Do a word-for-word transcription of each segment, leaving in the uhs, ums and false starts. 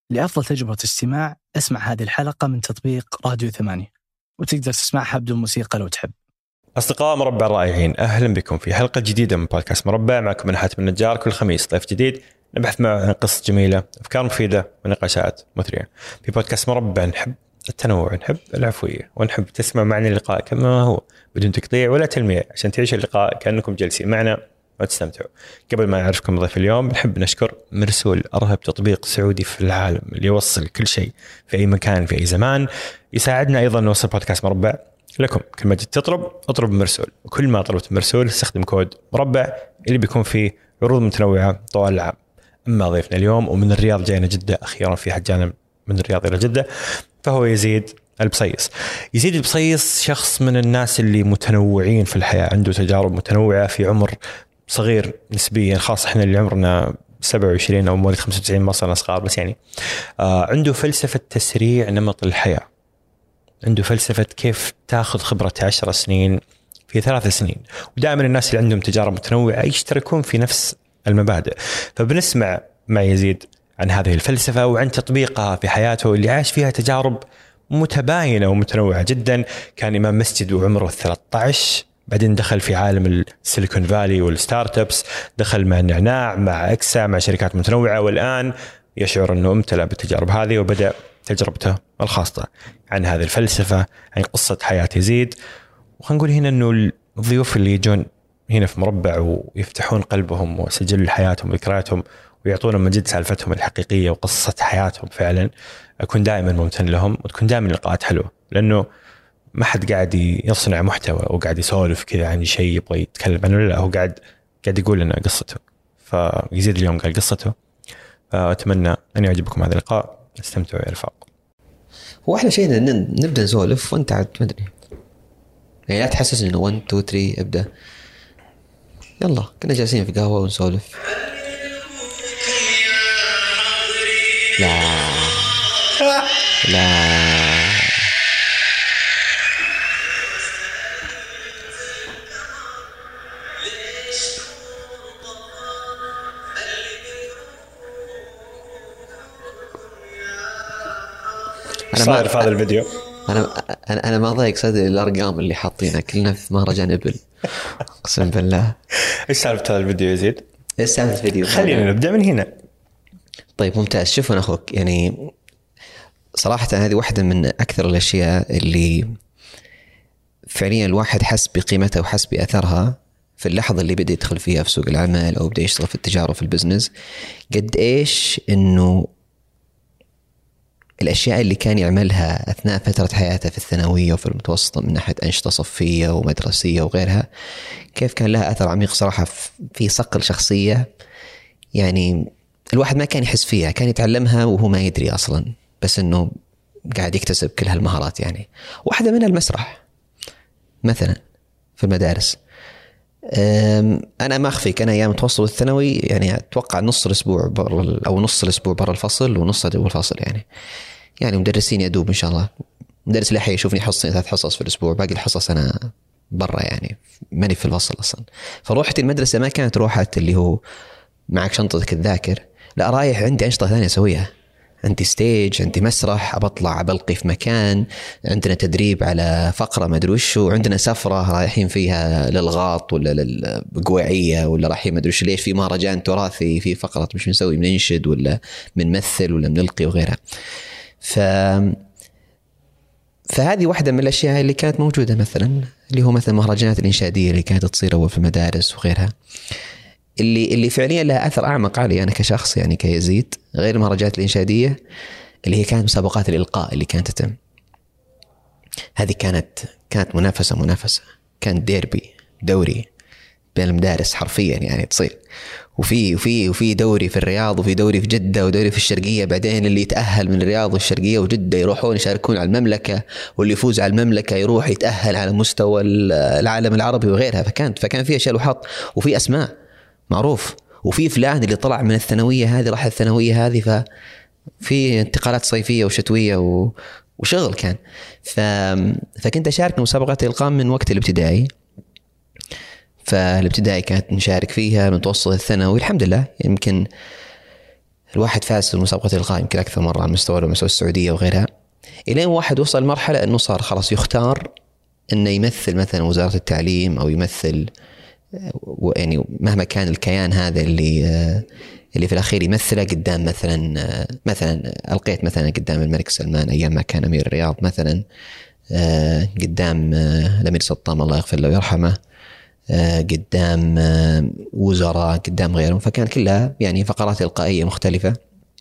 لأفضل تجربة استماع اسمع هذه الحلقة من تطبيق راديو ثمانية، وتقدر تسمعها بدون موسيقى لو تحب. أصدقاء مربع الرائعين، أهلا بكم في حلقة جديدة من بودكاست مربع. معكم من حاتم النجار. كل خميس ضيف جديد نبحث معه عن قصة جميلة، أفكار مفيدة ونقاشات مثرية. في بودكاست مربع نحب التنوع، نحب العفوية، ونحب تسمع معنا اللقاء كما هو بدون تقطيع ولا تلميع، عشان تعيش اللقاء كأنكم جالسين معنا وتستمتعوا. قبل ما نعرفكم ضيف اليوم، نحب نشكر مرسول، أرهب تطبيق سعودي في العالم اللي يوصل كل شيء في أي مكان في أي زمان. يساعدنا أيضا نوصل بودكاست مربع لكم. كل ما جيت تطلب اطلب مرسول، وكل ما طلبت مرسول استخدم كود مربع اللي بيكون فيه عروض متنوعة طوال العام. أما ضيفنا اليوم ومن الرياض جاينا جدة، أخيرا في حد جانا من الرياض إلى جدة، فهو يزيد البصيص. يزيد البصيص شخص من الناس اللي متنوعين في الحياة، عنده تجارب متنوعة في عمر صغير نسبيا، خاصة احنا اللي عمرنا سبعة وعشرين أو مواليد خمسة وتسعين ما صرنا صغار، بس يعني آه عنده فلسفة تسريع نمط الحياة، عنده فلسفة كيف تاخذ خبرة عشر سنين في ثلاث سنين. ودائما الناس اللي عندهم تجارب متنوعة يشتركون في نفس المبادئ. فبنسمع مع يزيد عن هذه الفلسفة وعن تطبيقها في حياته اللي عاش فيها تجارب متباينة ومتنوعة جدا. كان إمام مسجد وعمره ثلاثة عشر، بعدين دخل في عالم السيليكون فالي والستارت ابس، دخل مع النعناع، مع اكسا، مع شركات متنوعة، والآن يشعر أنه امتلأ بالتجارب هذه وبدأ تجربته الخاصة. عن هذه الفلسفة، عن قصة حياة يزيد. وخلينا نقول هنا أنه الضيوف اللي يجون هنا في مربع ويفتحون قلبهم وسجل حياتهم وذكرياتهم ويعطونا من جد سالفتهم الحقيقية وقصة حياتهم فعلا، أكون دائما ممتن لهم، وتكون دائما لقاءات حلوة، لأنه ما حد قاعد يصنع محتوى وقاعد يسولف كذا عن شيء يبغى يتكلم عنه، لا، هو قاعد قاعد يقول لنا قصته. فيزيد اليوم قال قصته، فأتمنى أن يعجبكم هذا اللقاء، استمتعوا يا رفاق. هو أحلى شيء إن نبدأ نسولف وأنت عاد مدري، يعني لا تحسس إنه واحد اثنين ثلاثة ابدأ، يلا كنا جالسين في قهوة ونسولف. لا لا أنا ما أعرف هذا الفيديو. أنا أنا أنا ما ضايق صدري الأرقام اللي حاطينها، كلنا في مهرجان إبل قسم بالله. إيش سالفة هذا الفيديو يزيد؟ إيش سالفة الفيديو؟ خلينا نبدأ من هنا. طيب ممتاز. شوف أنا أخوك، يعني صراحة هذه واحدة من أكثر الأشياء اللي فعليا الواحد حس بقيمتها وحس بأثرها في اللحظة اللي بدأ يدخل فيها في سوق العمل أو بدأ يشتغل في التجارة وفي البزنس. قد إيش إنه الأشياء اللي كان يعملها أثناء فترة حياته في الثانوية وفي المتوسطة من ناحية أنشطة صفية ومدرسية وغيرها، كيف كان لها أثر عميق صراحة في صقل شخصية. يعني الواحد ما كان يحس فيها، كان يتعلمها وهو ما يدري أصلا، بس إنه قاعد يكتسب كل هالمهارات. يعني واحدة منها المسرح مثلا في المدارس. أنا ما أخفيك، أنا أيام متوسط الثانوي يعني أتوقع نص الأسبوع برا أو نص الأسبوع برا الفصل ونص جوا الفصل. يعني يعني مدرسين يدوب إن شاء الله، مدرس لحي يشوفني حصتين ثلاث حصص في الأسبوع، باقي الحصص أنا برا، يعني ماني في الفصل أصلا. فروحتي المدرسة ما كانت روحت اللي هو معك شنطتك الذاكر، لا، رايح عندي أنشطة ثانية أسويها، عندي ستيج، عندي مسرح، أبطلع أبلقي في مكان، عندنا تدريب على فقرة ما أدري وش، وعندنا سفرة رايحين فيها للغاط ولا للقويعية ولا رايحين ما أدري وش، ليش في مهرجان تراثي في فقرة مش بنسوي، بننشد ولا بنمثل ولا بنلقي وغيرها. ف فهذه واحدة من الأشياء اللي كانت موجودة، مثلا اللي هو مثلا مهرجانات الإنشادية اللي كانت تصير أول في المدارس وغيرها، اللي اللي فعليا لها أثر أعمق علي أنا كشخص، يعني كيزيد، غير المهرجانات الإنشادية اللي هي كانت مسابقات الإلقاء اللي كانت تتم. هذه كانت كانت منافسة منافسة كانت ديربي، دوري بين المدارس حرفيا يعني تصير، وفي وفي وفي دوري في الرياض، وفي دوري في جدة، ودوري في الشرقية. بعدين اللي يتأهل من الرياض والشرقية وجدة يروحون يشاركون على المملكة، واللي يفوز على المملكة يروح يتأهل على مستوى العالم العربي وغيرها. فكانت فكان فيها شيء وحط، وفي أسماء معروف، وفي فلان اللي طلع من الثانوية هذه راح الثانوية هذه، ففي انتقالات صيفية وشتوية و... وشغل كان. ف... فكنت أشارك مسابقات الإلقاء من وقت الابتدائي. فالابتدائي كانت نشارك فيها، المتوسط الثانوي الحمد لله يمكن الواحد فاز في مسابقة الإلقاء يمكن أكثر مرة على مستوى المستوى السعودية وغيرها، إلين واحد وصل مرحلة أنه صار خلاص يختار أنه يمثل مثلا وزارة التعليم أو يمثل يعني مهما كان الكيان هذا اللي اللي في الأخير يمثله قدام مثلا مثلا ألقيت مثلا قدام الملك سلمان أيام ما كان أمير الرياض مثلا، قدام الأمير سلطان الله يغفر له ويرحمه، قدام وزراء، قدام غيرهم، فكان كلها يعني فقرات إلقائية مختلفة.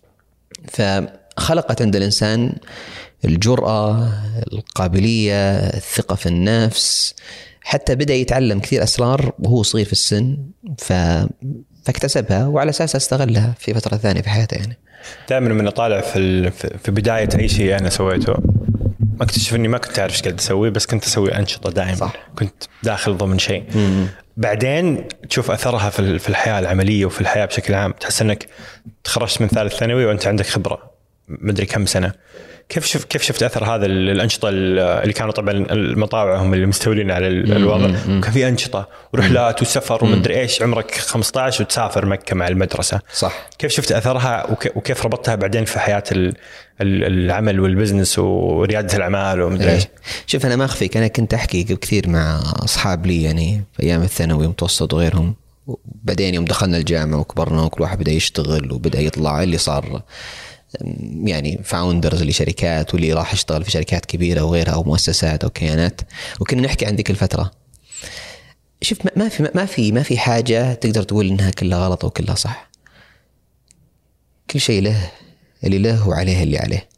فخلقت عند الإنسان الجرأة، القابلية، الثقة في النفس، حتى بدأ يتعلم كثير أسرار وهو صغير في السن، ف... فاكتسبها وعلى أساس استغلها في فترة ثانية في حياته. يعني دائما من أطالع في ال... في بداية أي شيء أنا سويته ما اكتشف إني ما كنت أعرف إيش قاعد أسوي، بس كنت أسوي أنشطة دائما. صح. كنت داخل ضمن شيء. م- بعدين تشوف أثرها في في الحياة العملية وفي الحياة بشكل عام. تحس إنك تخرجت من ثالث ثانوي وأنت عندك خبرة مدري كم سنة. كيف شف كيف شفت أثر هذا الأنشطة اللي كانوا طبعا المطاوع هم اللي مستولين على الوضع، وكان في أنشطة ورحلات وسفر ومدري إيش، عمرك خمسة عشر وتسافر مكة مع المدرسة. صح. كيف شفت أثرها وكيف ربطتها بعدين في حياة العمل والبزنس وريادة الأعمال ومدري إيش؟ شوف أنا ما أخفيك، أنا كنت أحكي كثير مع أصحاب لي يعني في أيام الثانوي ومتوسط وغيرهم، وبعدين يوم دخلنا الجامعة وكبرنا وكل واحد بدأ يشتغل وبدأ يطلع، اللي صار يعني فاوندرز لشركات واللي راح يشتغل في شركات كبيرة وغيرها أو مؤسسات أو كيانات، وكنا نحكي عن ذيك الفترة. شوف ما في ما في ما في حاجة تقدر تقول إنها كلها غلط أو كلها صح. كل شيء له اللي له وعليه اللي عليه.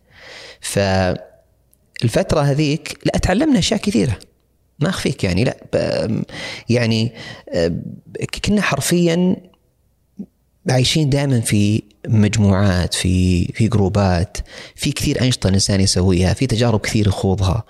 فالفترة هذيك لا تعلمنا أشياء كثيرة ما أخفيك يعني، لا يعني كنا حرفيا عايشين دائما في مجموعات، في في جروبات، في كثير أنشطة الإنسان يسويها، في تجارب كثير يخوضها،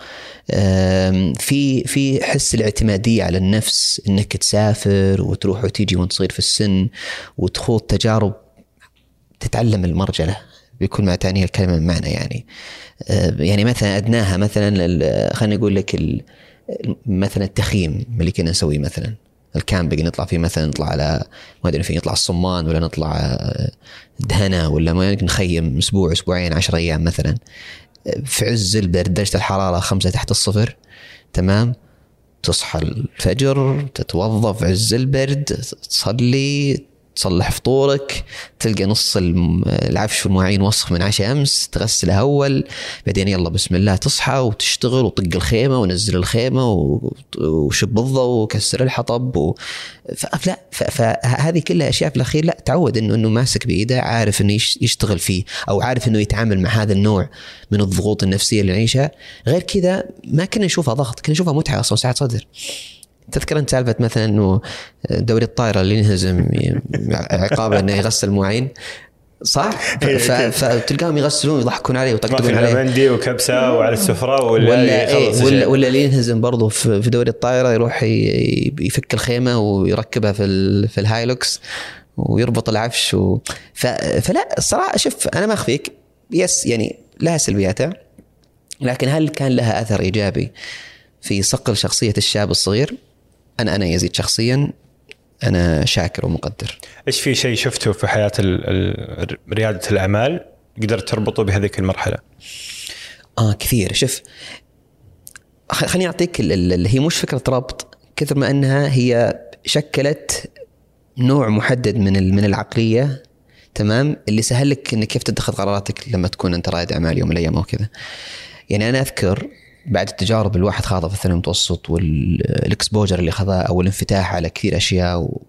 في في حس الاعتمادية على النفس، إنك تسافر وتروح وتيجي وانت صغير في السن وتخوض تجارب تتعلم المرجلة بكل ما تعنيه الكلمة المعنى. يعني يعني مثلا أدناها مثلا خلينا نقول لك مثلا التخييم اللي كنا نسويه، مثلا الكامبينج نطلع فيه، مثلا نطلع على ما أدري فين، نطلع الصمان ولا نطلع دهنا ولا ما نخيم أسبوع أسبوعين عشر أيام مثلا في عز البرد، درجة الحرارة خمسة تحت الصفر، تمام، تصحى الفجر، تتوظف في عز البرد، تصلي، تصلح فطورك، تلقى نص العفش والمواعين وسخ من عشاء أمس، تغسلها أول، بعدين يلا بسم الله تصحى وتشتغل وطق الخيمة ونزل الخيمة وشب الضوء وكسر الحطب و... فلا فهذه كلها أشياء في الأخير لا تعود إنه إنه ماسك بإيده، عارف إنه يشتغل فيه أو عارف إنه يتعامل مع هذا النوع من الضغوط النفسية اللي نعيشها. غير كذا ما كنا نشوفها ضغط، كنا نشوفها متعة أصلا وسعة صدر. تذكر أنت سالفة مثلا إنه دوري الطائرة اللي ينهزم عقابه إنه يغسل مواعين، صح؟ فتلقاهم يغسلون ويضحكون عليه ويطقطقون عليه، ما في مندي وكبسة وعلى السفرة ولا ولا إيه ولا, ولا اللي ينهزم برضو في دوري الطائرة يروح يفك الخيمة ويركبها في في الهايلوكس ويربط العفش و... فلا الصراحة شوف أنا ما أخفيك، يس يعني لها سلبياتها، لكن هل كان لها أثر إيجابي في صقل شخصية الشاب الصغير؟ أنا أنا يزيد شخصيا أنا شاكر ومقدر. إيش في شيء شفته في حياة ريادة الأعمال قدرت تربطه بهذيك المرحلة؟ آه كثير. شوف خليني أعطيك اللي هي مش فكرة ربط كثر ما أنها هي شكلت نوع محدد من من العقلية، تمام، اللي سهل لك إنك كيف تتخذ قراراتك لما تكون أنت رائد أعمال يوم من الأيام أو كذا. يعني أنا أذكر بعد التجارب الواحد خاضها في الثانوي المتوسط والإكسبوجر اللي خذها أو الانفتاح على كثير أشياء و...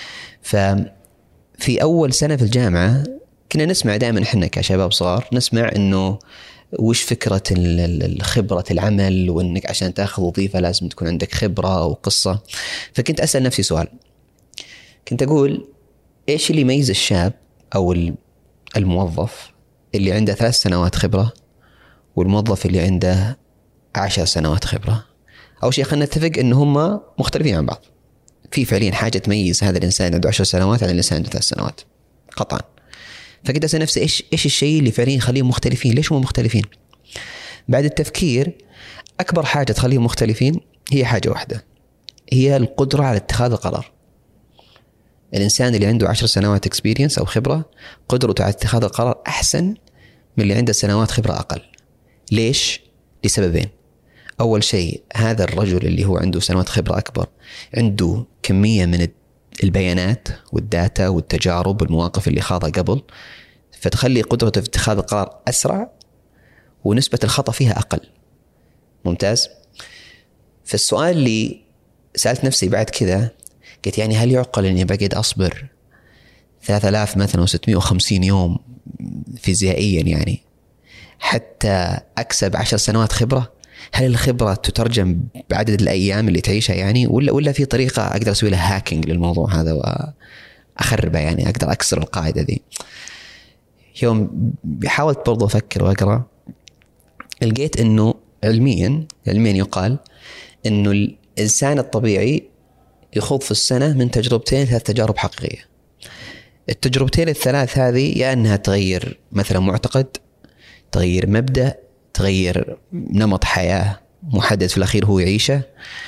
ففي أول سنة في الجامعة كنا نسمع دائما إحنا كشباب صغار نسمع إنه وش فكرة الخبرة العمل، وإنك عشان تأخذ وظيفة لازم تكون عندك خبرة أو قصة. فكنت أسأل نفسي سؤال، كنت أقول إيش اللي يميز الشاب أو الموظف اللي عنده ثلاث سنوات خبرة والموظف اللي عنده عشر سنوات خبرة؟ أول شيء خلنا نتفق إن هم مختلفين عن بعض، في فعليا حاجة تميز هذا الإنسان عنده عشر سنوات عن الإنسان عنده ثلاث سنوات قطعا. فكنت أسأل نفسي إيش إيش الشيء اللي فعليا يخليهم مختلفين؟ ليش هم مختلفين؟ بعد التفكير أكبر حاجة تخليهم مختلفين هي حاجة واحدة، هي القدرة على اتخاذ القرار. الإنسان اللي عنده عشر سنوات اكسبيرينس أو خبرة قدرته على اتخاذ القرار أحسن من اللي عنده سنوات خبرة أقل. ليش؟ لسببين. أول شيء هذا الرجل اللي هو عنده سنوات خبرة أكبر عنده كمية من البيانات والداتا والتجارب والمواقف اللي خاضها قبل، فتخلي قدرته في اتخاذ القرار أسرع ونسبة الخطأ فيها أقل. ممتاز. فالسؤال اللي سألت نفسي بعد كذا قلت يعني هل يعقل أني بقعد أصبر ثلاثة آلاف مثلا وستمائة وخمسين يوم فيزيائيا يعني حتى أكسب عشر سنوات خبرة؟ هل الخبرة تترجم بعدد الأيام اللي تعيشها يعني، ولا ولا في طريقة أقدر أسوي لها هاكينج للموضوع هذا وأخربه يعني أقدر أكسر القاعدة دي؟ يوم حاولت برضو أفكر وأقرأ لقيت إنه علميا علميا يقال إنه الإنسان الطبيعي يخوض في السنة من تجربتين ثلاث تجارب حقيقية. التجربتين الثلاث هذه يا أنها تغير مثلا معتقد، تغير مبدأ، تغير نمط حياة محدد في الأخير هو يعيشه،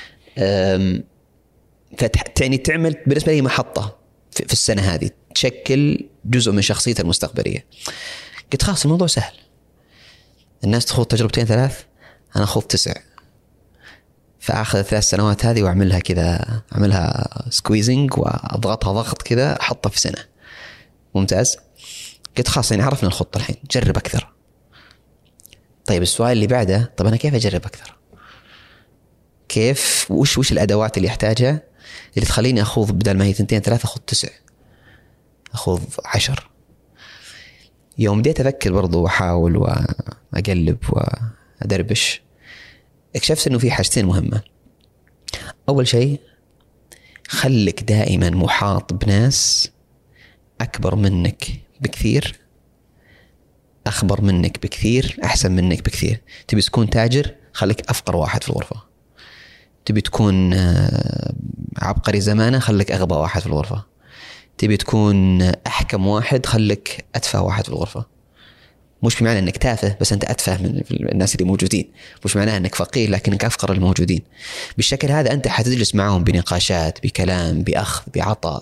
فتعني تعمل بالنسبة لي محطة في السنة هذه تشكل جزء من شخصيته المستقبلية. قلت خلاص الموضوع سهل، الناس تخوض تجربتين ثلاث، أنا أخوض تسع، فأخذ الثلاث سنوات هذه وأعملها كذا، أعملها سكويزنج وأضغطها ضغط كذا أحطها في سنة. ممتاز. قلت خلاص يعني عرفنا الخطة الحين، جرب أكثر. طيب السؤال اللي بعده، طب أنا كيف أجرب أكثر؟ كيف وش وش الأدوات اللي أحتاجها اللي تخليني أخوض بدل ما هي ثنتين ثلاثة أخوض تسع، أخوض عشر؟ يوم بديت أفكر برضو وأحاول وأقلب وأدربش، اكتشفت إنه في حاجتين مهمة. أول شيء خلك دائما محاط بناس أكبر منك بكثير، أخبر منك بكثير، أحسن منك بكثير. تبي تكون تاجر خليك أفقر واحد في الغرفة، تبي تكون عبقري زمانة خليك أغبى واحد في الغرفة، تبي تكون أحكم واحد خليك أتفه واحد في الغرفة. مش بمعنى أنك تافه بس أنت أتفه من الناس اللي موجودين، مش معناه أنك فقير لكنك أفقر الموجودين. بالشكل هذا أنت حتجلس معهم بنقاشات، بكلام، بأخذ، بعطاء،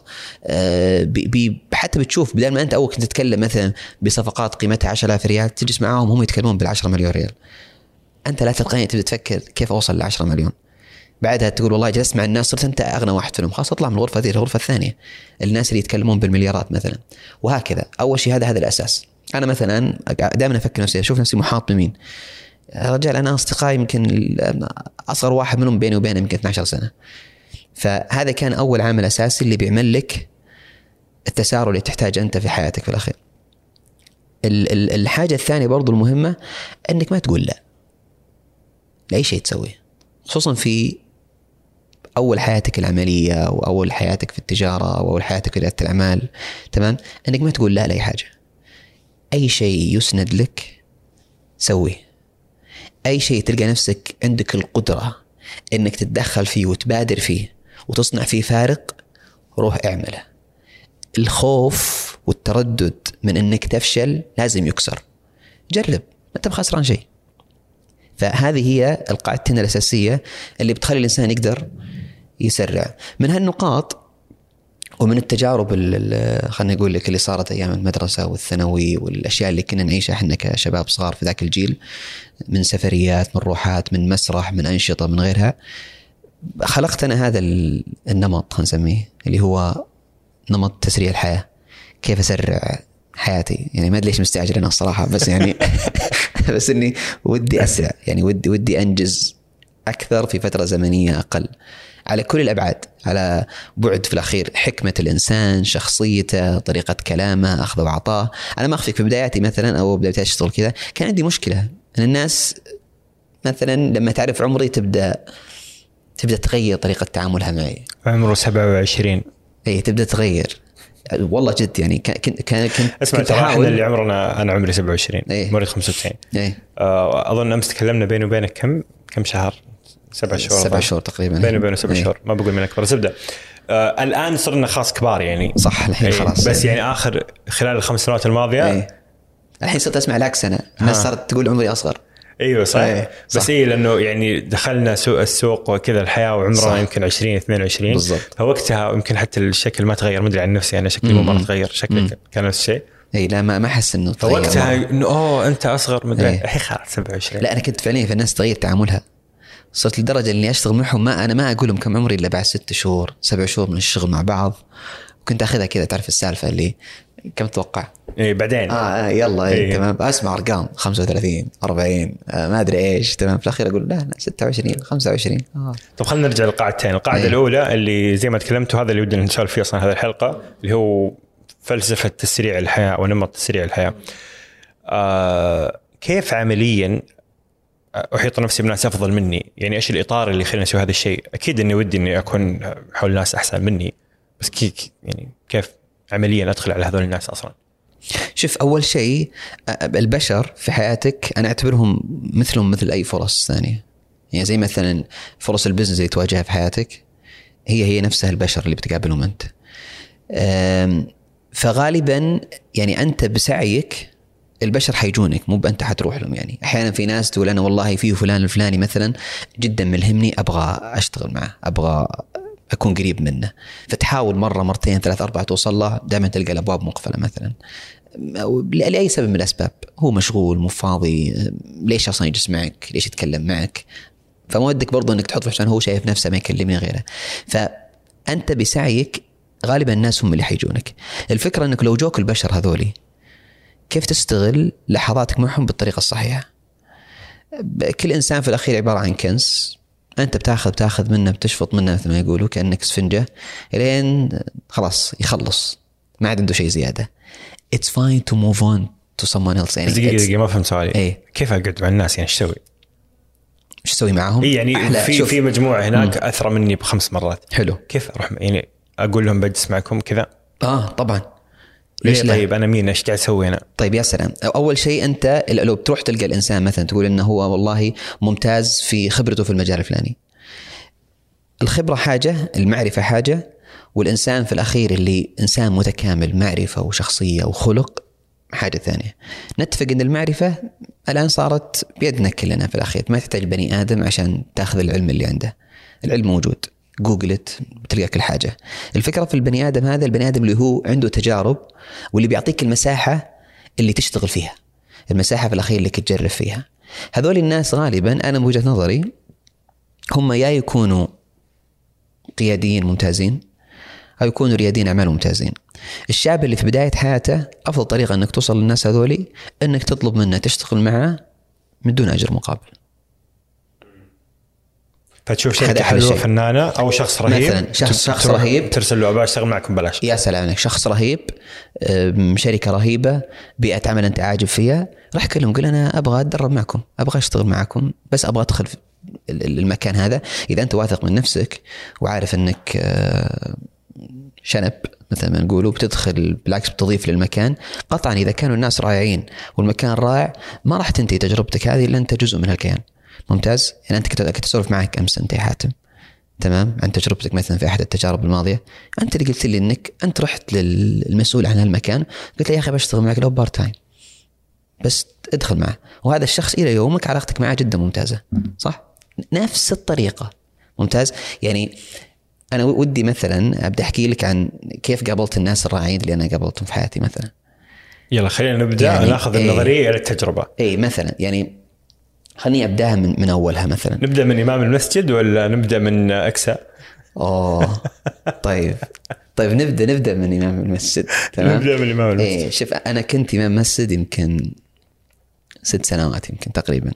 أه حتى بتشوف بدل ما أنت أول كنت تتكلم مثلا بصفقات قيمتها عشرة آلاف ريال، تجلس معهم هم يتكلمون بالعشرة مليون ريال. أنت لا تلقائيا تبدأ تفكر كيف أوصل لعشرة مليون، بعدها تقول والله جلست مع الناس صرت أنت أغنى واحد فيهم، خلاص اطلع من الغرفة دي الغرفة الثانية، الناس اللي يتكلمون بالمليارات مثلا. وهكذا أول شيء هذا هذا الأساس. أنا مثلا دائما أفكر نفسي، أشوف نفسي محاط بمين؟ رجال أنا أصدقائي يمكن أصغر واحد منهم بيني وبينه يمكن اثنتي عشرة سنة. فهذا كان أول عامل أساسي اللي بيعمل لك التسارع اللي تحتاج أنت في حياتك في الأخير. الحاجة الثانية برضو المهمة أنك ما تقول لا لأي شيء تسويه، خصوصا في أول حياتك العملية وأول حياتك في التجارة وأول حياتك في ريادة الأعمال. تمام، أنك ما تقول لا لأي حاجة. أي شيء يسند لك سويه، أي شيء تلقى نفسك عندك القدرة أنك تتدخل فيه وتبادر فيه وتصنع فيه فارق، روح اعمله. الخوف والتردد من أنك تفشل لازم يكسر. جرب، ما أنت بخسران شيء. فهذه هي القاعدتين الأساسية اللي بتخلي الإنسان يقدر يسرع. من هالنقاط ومن التجارب اللي خلنا نقول لك اللي صارت أيام المدرسة والثانوي والأشياء اللي كنا نعيشها إحنا كشباب صغار في ذاك الجيل، من سفريات، من روحات، من مسرح، من أنشطة، من غيرها، خلقت أنا هذا النمط خلنا نسميه اللي هو نمط تسريع الحياة. كيف أسرع حياتي؟ يعني ما أدري ليش مستعجل أنا الصراحة، بس يعني بس إني ودي أسرع، يعني ودي ودي أنجز أكثر في فترة زمنية أقل، على كل الأبعاد، على بعد في الأخير حكمة الإنسان، شخصيته، طريقة كلامه، أخذ وعطاه. أنا ما أخفيك في بداياتي مثلا أو بداية أشتغل كذا كان عندي مشكلة أن الناس مثلا لما تعرف عمري تبدأ تبدأ تغير طريقة تعاملها معي. عمره سبعة وعشرين إيه تبدأ تغير والله جد. يعني كنت كان كنت اسمع ترى احنا اللي عمرنا انا عمري سبعة وعشرين إيه؟ مريض خمسة وتسعين. إيه؟ اظن امس تكلمنا بيني وبينك كم كم شهر سبع شهور سبع شهور تقريبا بيني وبينه سبع إيه؟ شهور ما بقول من اكبر زبده. آه الان صرنا خاص كبار يعني صح الحين إيه؟ خلاص بس يعني اخر خلال الخمس سنوات الماضيه إيه؟ الحين صرت اسمع العكس، انا الناس صارت تقول عمري اصغر. ايوه صح. أيه صح. بس ايه لانه يعني دخلنا سوق السوق وكذا الحياه وعمرنا يمكن عشرين اثنين وعشرين بالضبط. فوقتها يمكن حتى الشكل ما تغير، مدري عن نفسي انا شكلي مو مره تغير، شكلك كان نفس الشيء. اي لا ما ما احس انه تغير فوقتها انه اوه انت اصغر مدري أيه. الحين خلاص سبعة وعشرين. لا انا كنت فعليا في الناس تغير تعاملها، صرت لدرجه اني اشتغل معهم ما انا ما اقول لهم كم عمري الا بعد ست شهور سبع شهور من الشغل مع بعض، كنت اخذها كذا تعرف السالفه اللي كم تتوقع اي بعدين اه يلا اي إيه. تمام اسمع ارقام خمسة وثلاثين أربعين آه ما ادري ايش تمام، في الاخير اقول لا لا ستة وعشرين خمسة وعشرين. اه طب خلينا نرجع للقاعدتين. القاعده أيه. الاولى اللي زي ما تكلمت وهذا اللي ودنا نسولف فيه اصلا هذه الحلقه اللي هو فلسفه تسريع الحياه او نمط تسريع الحياه. آه كيف عمليا احيط نفسي بناس افضل مني؟ يعني ايش الاطار اللي يخليني اسوي هذا الشيء؟ اكيد اني ودي اني اكون حول ناس احسن مني، بس كيف يعني كيف عمليا ادخل على هذول الناس اصلا؟ شوف اول شيء البشر في حياتك انا اعتبرهم مثلهم مثل اي فرص ثانيه، يعني زي مثلا فرص البزنس اللي تواجهها في حياتك هي هي نفسها البشر اللي بتقابلهم انت. فغالبا يعني انت بسعيك البشر حيجونك مو بأنت حتروح لهم. يعني أحيانا في ناس تقول أنا والله فيه فلان الفلاني مثلا جدا ملهمني أبغى أشتغل معه أبغى أكون قريب منه، فتحاول مرة مرتين ثلاث أربعة توصل له دائما تلقى الأبواب مقفلة مثلا لأي سبب من الأسباب، هو مشغول مو فاضي، ليش أصلا يجلس معك ليش يتكلم معك، فما ودك برضو أنك تحط عشان هو شايف نفسه ما يكلمني غيره. فأنت بسعيك غالبا الناس هم اللي حيجونك. الفكرة أنك لو جوك البشر هذولي كيف تستغل لحظاتك معهم بالطريقة الصحيحة. كل إنسان في الأخير عبارة عن كنز، أنت بتاخذ بتاخذ منه بتشفط منه مثل ما يقولوا كأنك سفنجة لين خلاص يخلص ما عاد عنده شيء زيادة. It's fine to move on to someone else. يعني دقيقة دقيقة ما فهمت سؤالي. إيه؟ كيف أقعد مع الناس يعني إيش أسوي؟ إيش أسوي معهم؟ إيه يعني في في مجموعة هناك مم. أثرى مني بخمس مرات. حلو. كيف أروح يعني أقول لهم بجلس معكم كذا؟ آه طبعا. ليش طيب أنا مين إيش قاعد أسوي أنا؟ طيب يا سلام. أول شيء أنت لو بتروح تلقى الإنسان مثلا تقول إنه هو والله ممتاز في خبرته في المجال الفلاني. الخبرة حاجة، المعرفة حاجة، والإنسان في الأخير اللي إنسان متكامل معرفة وشخصية وخلق حاجة ثانية. نتفق إن المعرفة الآن صارت بيدنا كلنا في الأخير، ما تحتاج بني آدم عشان تأخذ العلم اللي عنده، العلم موجود جوجلت بتلقى كل حاجة. الفكرة في البني آدم هذا البني آدم اللي هو عنده تجارب واللي بيعطيك المساحة اللي تشتغل فيها، المساحة في الأخير اللي تجرب فيها. هذول الناس غالبا أنا بوجهة نظري هم يا يكونوا قياديين ممتازين أو يكونوا رياديين أعمال ممتازين. الشاب اللي في بداية حياته أفضل طريقة أنك توصل للناس هذولي أنك تطلب منه تشتغل معه من دون أجر مقابل. فتشوف شركة حلوة فنانة أو شخص رهيب مثلا شخص, شخص رهيب ترسل له أبغى أشتغل معكم بلاش. يا سلام عليك، شخص رهيب شركة رهيبة بيئة عمل أنت عاجب فيها، راح أكلم قل أنا أبغى أتدرب معكم أبغى أشتغل معكم بس أبغى أدخل في المكان هذا. إذا أنت واثق من نفسك وعارف أنك شنب مثلا ما نقوله بتدخل بالعكس بتضيف للمكان، قطعا إذا كانوا الناس رائعين والمكان رائع ما راح تنتهي تجربتك هذه إلا أنت جزء من هالكيان. ممتاز. يعني أنت كنت أسولف معك أمس أنت يا حاتم تمام عن تجربتك مثلا في أحد التجارب الماضية، أنت اللي قلت لي إنك أنت رحت للمسؤول عن هالمكان قلت لي يا أخي بشتغل معك لو بارت تايم بس ادخل معه، وهذا الشخص إلى يومك علاقتك معه جدا ممتازة صح؟ نفس الطريقة. ممتاز. يعني أنا ودي مثلا أبدأ أحكي لك عن كيف قابلت الناس الرائعين اللي أنا قابلتهم في حياتي مثلا. يلا خلينا نبدأ يعني ناخذ ايه النظرية إلى التجربة. إيه مثلا يعني خليني أبدأها من من أولها مثلا. نبدأ من إمام المسجد ولا نبدأ من أكسا؟ أوه طيب طيب نبدأ نبدأ من إمام المسجد. تمام. نبدأ من إمام المسجد. إيه شوف أنا كنت إمام مسجد يمكن ست سنوات يمكن تقريبا.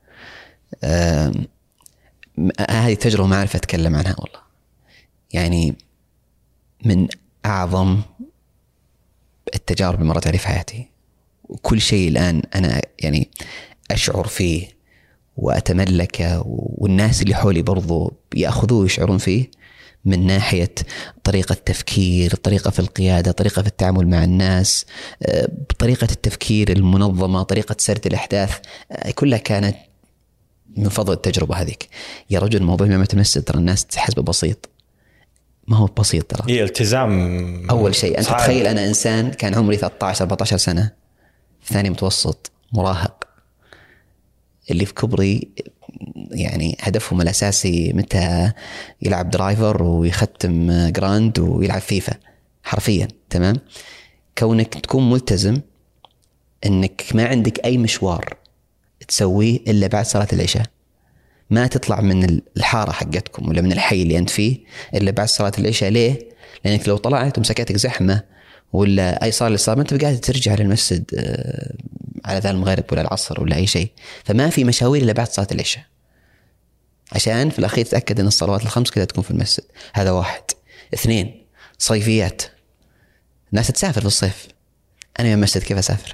هذه تجربة ما أعرف أتكلم عنها والله، يعني من أعظم التجارب اللي مرت علي في حياتي، وكل شيء الآن أنا يعني أشعر فيه وأتملكه والناس اللي حولي برضو يأخذوه ويشعرون فيه من ناحية طريقة تفكير، طريقة في القيادة، طريقة في التعامل مع الناس، طريقة التفكير المنظمة، طريقة سرد الأحداث، كلها كانت من فضل التجربة هذيك. يا رجل موضوع إمامة المسجد ترى الناس تحسبه بسيط، ما هو بسيط ترى. هي التزام. أول شيء أنت تخيل أنا إنسان كان عمري ثلاثة عشر أربعة عشر سنة، ثاني متوسط مراهق، اللي في كبري يعني هدفهم الأساسي متى يلعب درايفر ويختم جراند ويلعب فيفا حرفيا. تمام. كونك تكون ملتزم انك ما عندك اي مشوار تسويه الا بعد صلاة العشاء، ما تطلع من الحارة حقتكم ولا من الحي اللي انت فيه الا بعد صلاة العشاء. ليه؟ لانك لو طلعت ومسكتك زحمة ولا اي صار اللي صار ما انت قاعد ترجع للمسجد على ذا المغرب ولا العصر ولا اي شيء. فما في مشاوير الا بعد صلاة العشاء، عشان في الاخير تتاكد ان الصلوات الخمس كذا تكون في المسجد. هذا واحد. اثنين، صيفيات، الناس تسافر في الصيف. انا من المسجد كيف اسافر؟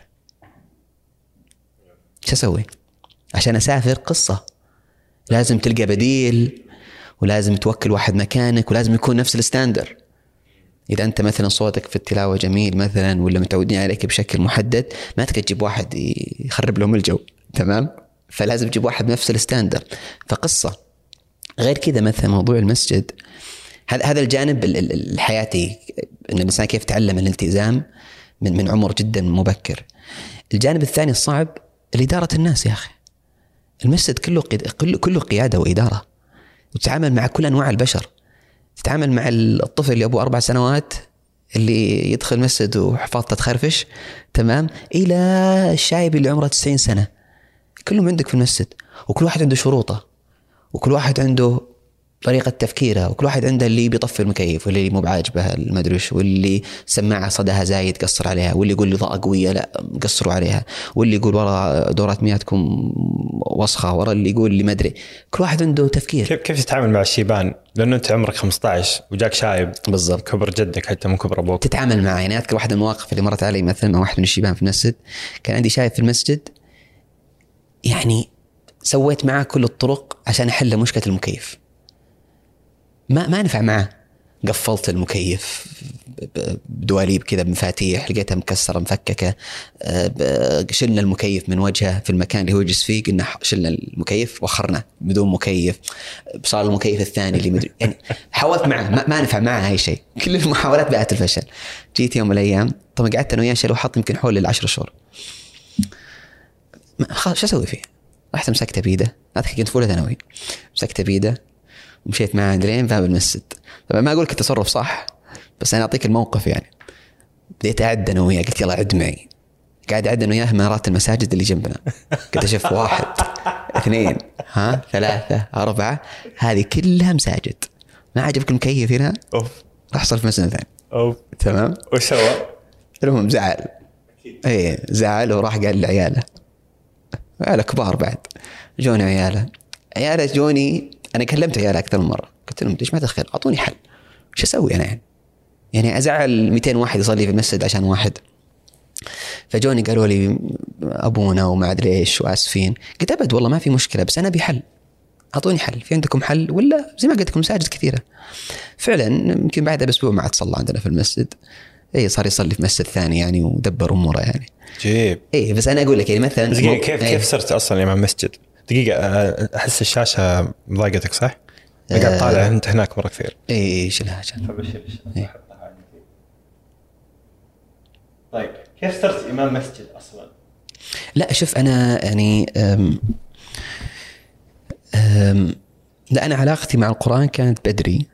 شو اسوي عشان اسافر؟ قصة، لازم تلقى بديل ولازم توكل واحد مكانك ولازم يكون نفس الستاندر. إذا أنت مثلا صوتك في التلاوة جميل مثلا ولا متعودين عليك بشكل محدد، ما تقدر تجيب واحد يخرب لهم الجو. تمام. فلازم تجيب واحد بنفس الستاندر. فقصة. غير كذا مثلا موضوع المسجد، هذا هذا الجانب الحياتي، إن الإنسان كيف تعلم الالتزام من من عمر جدا مبكر. الجانب الثاني الصعب الإدارة الناس. يا أخي المسجد كله كله كله قيادة وإدارة، وتتعامل مع كل أنواع البشر. تتعامل مع الطفل اللي أبوه أربع سنوات اللي يدخل مسجد وحفاظته تخرفش، تمام، إلى الشايب اللي عمره تسعين سنة. كلهم عندك في المسجد، وكل واحد عنده شروطه، وكل واحد عنده طريقة تفكيره، وكل واحد عنده اللي بيطفي المكيف واللي مو بعاجبه المدرش، واللي سماعة صداها زايد قصر عليها، واللي يقول لي ضاء قوية لا قصروا عليها، واللي يقول ورا دورات مياتكم وسخة، ورا اللي يقول لي ما أدري. كل واحد عنده تفكير. كيف كيف تتعامل مع الشيبان؟ لأنه أنت عمرك خمسة عشر وجاك شايب بالضبط كبر جدك حتى من كبر أبوك. تتعامل معه. يعني أذكر واحد من المواقف اللي مرت علي مثلا مع واحد من الشيبان في المسجد. كان عندي شايب في المسجد، يعني سويت معه كل الطرق عشان أحل مشكلة المكيف، ما ما نفع معه. قفلت المكيف بدواليب كذا بمفاتيح، لقيتها مكسرة مفككة. شلنا المكيف من وجهه في المكان اللي هو يجلس فيه، قلنا شلنا المكيف وخرنا بدون مكيف. صار المكيف الثاني اللي مدري، يعني حاولت معه ما, ما نفع معه أي شيء. كل المحاولات بقت الفشل. جيت يوم من الأيام طبعا قعدت أنا وياه شيل وحط يمكن حول العشر شهور. خلاص شو أسوي فيه؟ رحت مسكته بيده، أذكر كنت فولة ثانوي، مسكته بيده ومشيت معه لين باب المسجد. طبعا ما أقولك التصرف صح، بس أنا أعطيك الموقف. يعني بديت أعد أنا وياه، قلت يلا عد معي. قاعد أعد أنا وياه منارات المساجد اللي جنبنا. قلت أشوف واحد اثنين ها ثلاثة أربعة، هذه كلها مساجد. ما عجبك المكيف هنا؟ أوف. راح صار في مسجد ثاني. أوف. تمام. وش سوى؟ المهم زعل. إيه زعل وراح قال لعياله، عياله كبار بعد، جوني عياله عياله جوني. أنا كلمت عياله أكثر من مرة، قلت لهم ليش ما تدخل؟ أعطوني حل، شو أسوي أنا يعني؟ يعني أزعل مئتين واحد يصلي في المسجد عشان واحد؟ فجوني قالوا لي أبونا وما أدري إيش وآسفين. قلت أبد والله ما في مشكلة، بس أنا بحل، أعطوني حل. في عندكم حل ولا زي ما قلت لكم مساجد كثيرة؟ فعلا يمكن بعدها بأسبوع ما عاد صلى عندنا في المسجد. إيه صار يصلي في مسجد ثاني يعني، ودبر أموره يعني. جيب. إيه بس أنا أقول لك يعني مثلا مو... كيف إيه؟ كيف صرت أصلا إمام مسجد؟ دقيقة أحس الشاشة مضايقتك صح؟ أه قاعد طالع أنت هناك مرة كثير. إيه إيش الهاجة؟ إيه. طيب كيف صرت إمام مسجد أصلا؟ لا شوف أنا يعني أم أم لا أنا علاقتي مع القرآن كانت بدري.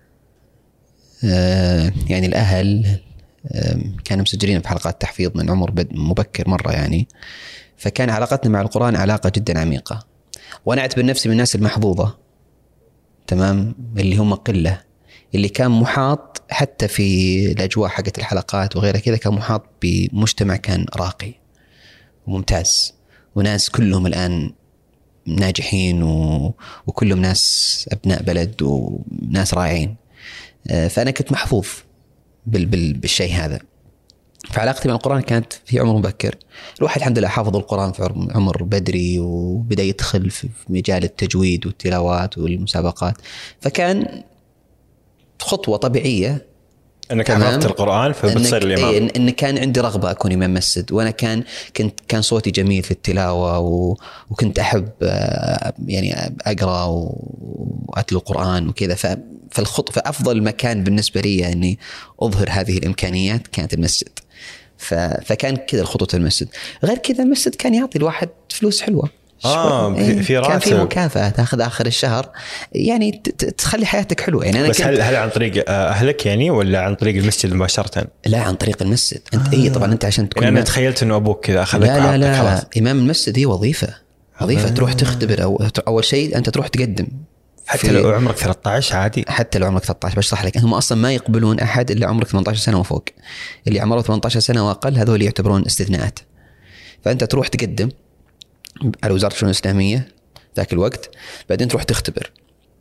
يعني الأهل كانوا مسجلين في حلقات تحفيظ من عمر مبكر مرة يعني، فكان علاقتنا مع القرآن علاقة جدا عميقة. وأنا أعتبر نفسي من الناس المحظوظة، تمام، اللي هم قلة، اللي كان محاط حتى في الأجواء حقت الحلقات وغيرها كذا، كان محاط بمجتمع كان راقي وممتاز، وناس كلهم الآن ناجحين و... وكلهم ناس أبناء بلد وناس رائعين. فأنا كنت محظوظ بال... بال... بالشيء هذا. فعلاقتي مع القرآن كانت في عمر مبكر. الواحد الحمد لله حافظ القرآن في عمر بدري، وبدأ يدخل في مجال التجويد والتلاوات والمسابقات، فكان خطوة طبيعية انك حفظت القرآن فبتصير الإمام. إيه إن كان عندي رغبة أكون إمام مسجد، وأنا كان كنت كان صوتي جميل في التلاوة، و... وكنت أحب يعني أقرأ وأتلو القرآن وكذا. ف... فالخط فأفضل مكان بالنسبة لي أني أظهر هذه الإمكانيات كانت المسجد. ف... فكان كذا الخطوة المسجد. غير كذا المسجد كان يعطي الواحد فلوس حلوة، اه في, في راتب، كان في مكافأة تاخذ آخر الشهر يعني تخلي حياتك حلوة يعني. أنا بس هل هل عن طريق أهلك يعني ولا عن طريق المسجد مباشرة؟ لا عن طريق المسجد. أنت آه. إيه طبعا أنت عشان تكون يعني أنا تخيلت إنه أبوك كذا أخذك. لا لا لا خلاص. إمام المسجد هي وظيفة وظيفة آه. تروح تختبر أو أول شيء أنت تروح تقدم حتى لو عمرك ثلاثة عشر عادي. حتى لو عمرك ثلاثة عشر بشرح لك هم أصلا ما يقبلون أحد اللي عمرك ثمانية عشر سنة وفوق. اللي عمره ثمانية عشر سنة وأقل هذول يعتبرون استثناءات. فأنت تروح تقدم على وزارة الشؤون الإسلامية ذاك الوقت، بعدين تروح تختبر.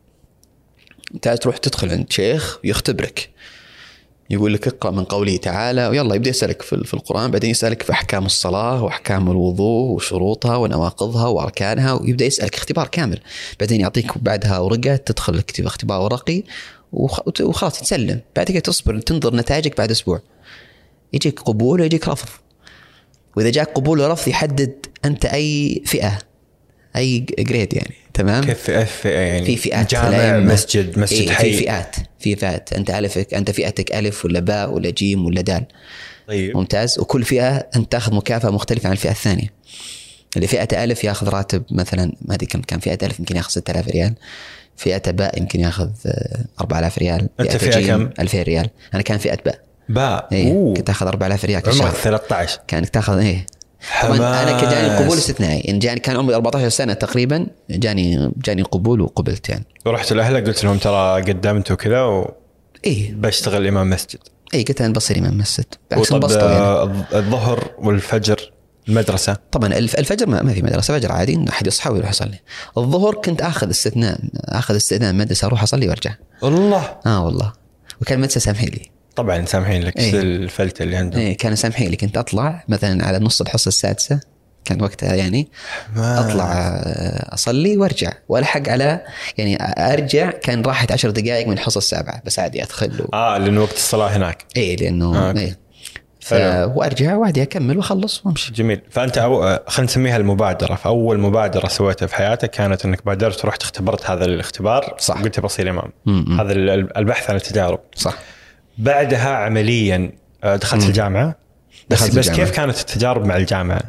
أنت تروح تدخل عند شيخ يختبرك، يقول لك اقرأ من قوله تعالى ويلا يبدأ يسألك في القرآن، بعدين يسألك في أحكام الصلاة وأحكام الوضوء وشروطها ونواقضها وأركانها، ويبدأ يسألك اختبار كامل. بعدين يعطيك بعدها ورقة تدخل اكتب اختبار ورقي وخلاص تسلم. بعد كده تصبر تنظر نتائجك بعد أسبوع، يجيك قبول ويجيك رفض. وإذا جاك قبول ورفض يحدد أنت أي فئة أي جريد يعني. تمام. كيف فئة يعني؟ في فئات جامع مسجد مسجد إيه حي. في فئات في فئات أنت ألفك أنت فئتك ألف ولا باء ولا جيم ولا دال. طيب ممتاز. وكل فئة أنت تأخذ مكافأة مختلفة عن الفئة الثانية. اللي فئة ألف يأخذ راتب مثلا ما أدري كم كان، فئة ألف يمكن يأخذ ستة آلاف ريال، فئة باء يمكن يأخذ أربعة آلاف ريال، أنت فئة كم؟ ألفين ريال. أنا كان فئة باء باء إيه كنت أخذ أربعة آلاف ريال. عمرك ثلاثة عشر كانك تأخذ إيه. طبعا أنا كجاني قبول استثنائي إن جاني كان عمري أربعة عشر سنة تقريبا، جاني جاني قبول وقبلت يعني. ورحت لأهلك قلت لهم ترى قدمت وكذا و... إيه بشتغل إمام مسجد. إيه قلت أنا بصير إمام مسجد. طب يعني. الظهر والفجر المدرسة طبعا الفجر ما, ما في مدرسة، فجر عادي أحد يصحى ويروح يصلي. الظهر كنت أخذ استثناء أخذ استئذان مدرسة أروح أصلي وأرجع. الله. آه والله. وكان المدرسة سامحين لي. طبعا سامحين لك. إيه. الفلتة اللي عندهم إيه كانوا سامحين لي. كنت أطلع مثلا على نص الحصة السادسة كان وقتها يعني ما. أطلع أصلي وأرجع وألحق على يعني أرجع كان راحت عشر دقائق من الحصة السابعة بس عادي أدخل و... آه لأنه وقت الصلاة هناك. إيه لأنه آه. إيه ف... وأرجع وعدي أكمل وأخلص وأمشي. جميل. فأنت أو... خلينا نسميها المبادرة. فأول مبادرة سويتها في حياتك كانت أنك بادرت ورحت اختبرت هذا الاختبار. صح. قلت بصير إمام. م-م. هذا البحث عن التجارب. صح. بعدها عمليا دخلت م. الجامعة. بس, بس الجامعة. كيف كانت التجارب مع الجامعة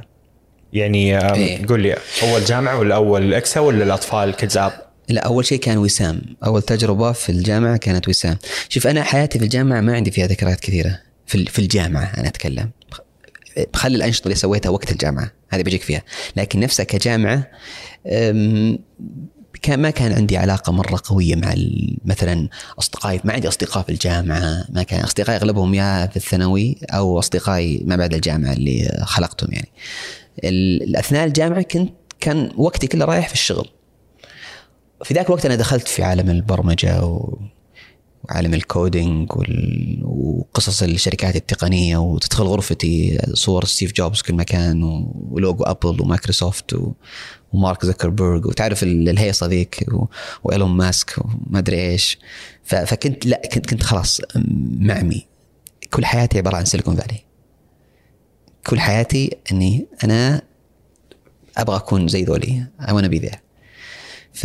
يعني؟ إيه. قول لي أول جامعة ولا أول إكسا ولا الأطفال كتزاب؟ لا أول شيء كان وسام. أول تجربة في الجامعة كانت وسام. شوف أنا حياتي في الجامعة ما عندي فيها ذكريات كثيرة في في الجامعة. أنا أتكلم بخلي الأنشطة اللي سويتها وقت الجامعة هذه بيجيك فيها، لكن نفسها كجامعة كان ما كان عندي علاقة مرة قوية مع مثلا أصدقائي. ما عندي أصدقاء في الجامعة، ما كان أصدقائي أغلبهم يا في الثانوي أو أصدقائي ما بعد الجامعة اللي خلقتهم يعني. الأثناء الجامعة كنت كان وقتي كله رايح في الشغل. في ذاك الوقت أنا دخلت في عالم البرمجة و... وعالم الكودينج وال... وقصص الشركات التقنية، وتدخل غرفتي صور ستيف جوبز كل مكان ولوجو أبل ومايكروسوفت و... ومارك زكربيرغ وتعرف الهيصة ذيك و... وإيلون ماسك وما أدري إيش. ف... فكنت لا كنت كنت خلاص معمي. كل حياتي عبارة عن سيليكون فالي. كل حياتي أني أنا أبغى أكون زي ذولي I wanna be there. ف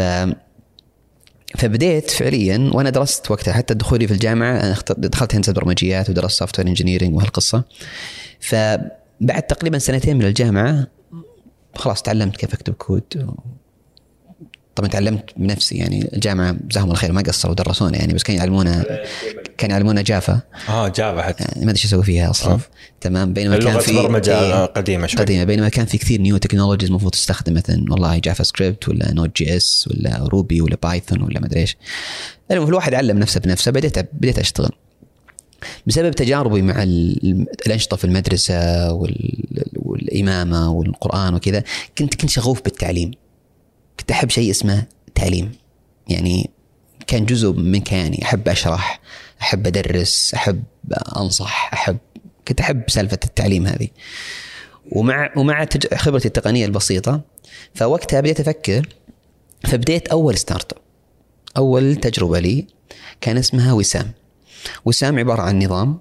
فبديت فعليا وانا درست وقتها حتى دخولي في الجامعه انا دخلت هندسه برمجيات ودرست سوفت وير انجينيرنج وهالقصه. فبعد تقريبا سنتين من الجامعه خلاص تعلمت كيف اكتب كود. طبعا تعلمت بنفسي يعني. الجامعه جزاهم الخير ما قصروا ودرسونا يعني، بس كانوا يعلمونا كان يعلمونا جافا. اه جافا حتى ما ادري ايش اسوي فيها اصلا. أوه. تمام. بينما كان في برمجه إيه قديمه شوي قديمه بينما كان في كثير نيو تكنولوجيز المفروض تستخدم، مثلا والله جافا سكريبت ولا نود جي اس ولا روبي ولا بايثون ولا ما ادري ايش. المهم الواحد علم نفسه بنفسه. بديت بديت اشتغل بسبب تجاربي مع الانشطه في المدرسه والامامه والقران وكذا. كنت كنت شغوف بالتعليم. كنت أحب شيء اسمه تعليم يعني، كان جزء من كياني. أحب أشرح، أحب أدرس، أحب أنصح، أحب كنت أحب سالفة التعليم هذه. ومع ومع خبرتي التقنية البسيطة فوقتها بديت أفكر. فبديت أول ستارت اب، أول تجربة لي كان اسمها وسام. وسام عبارة عن نظام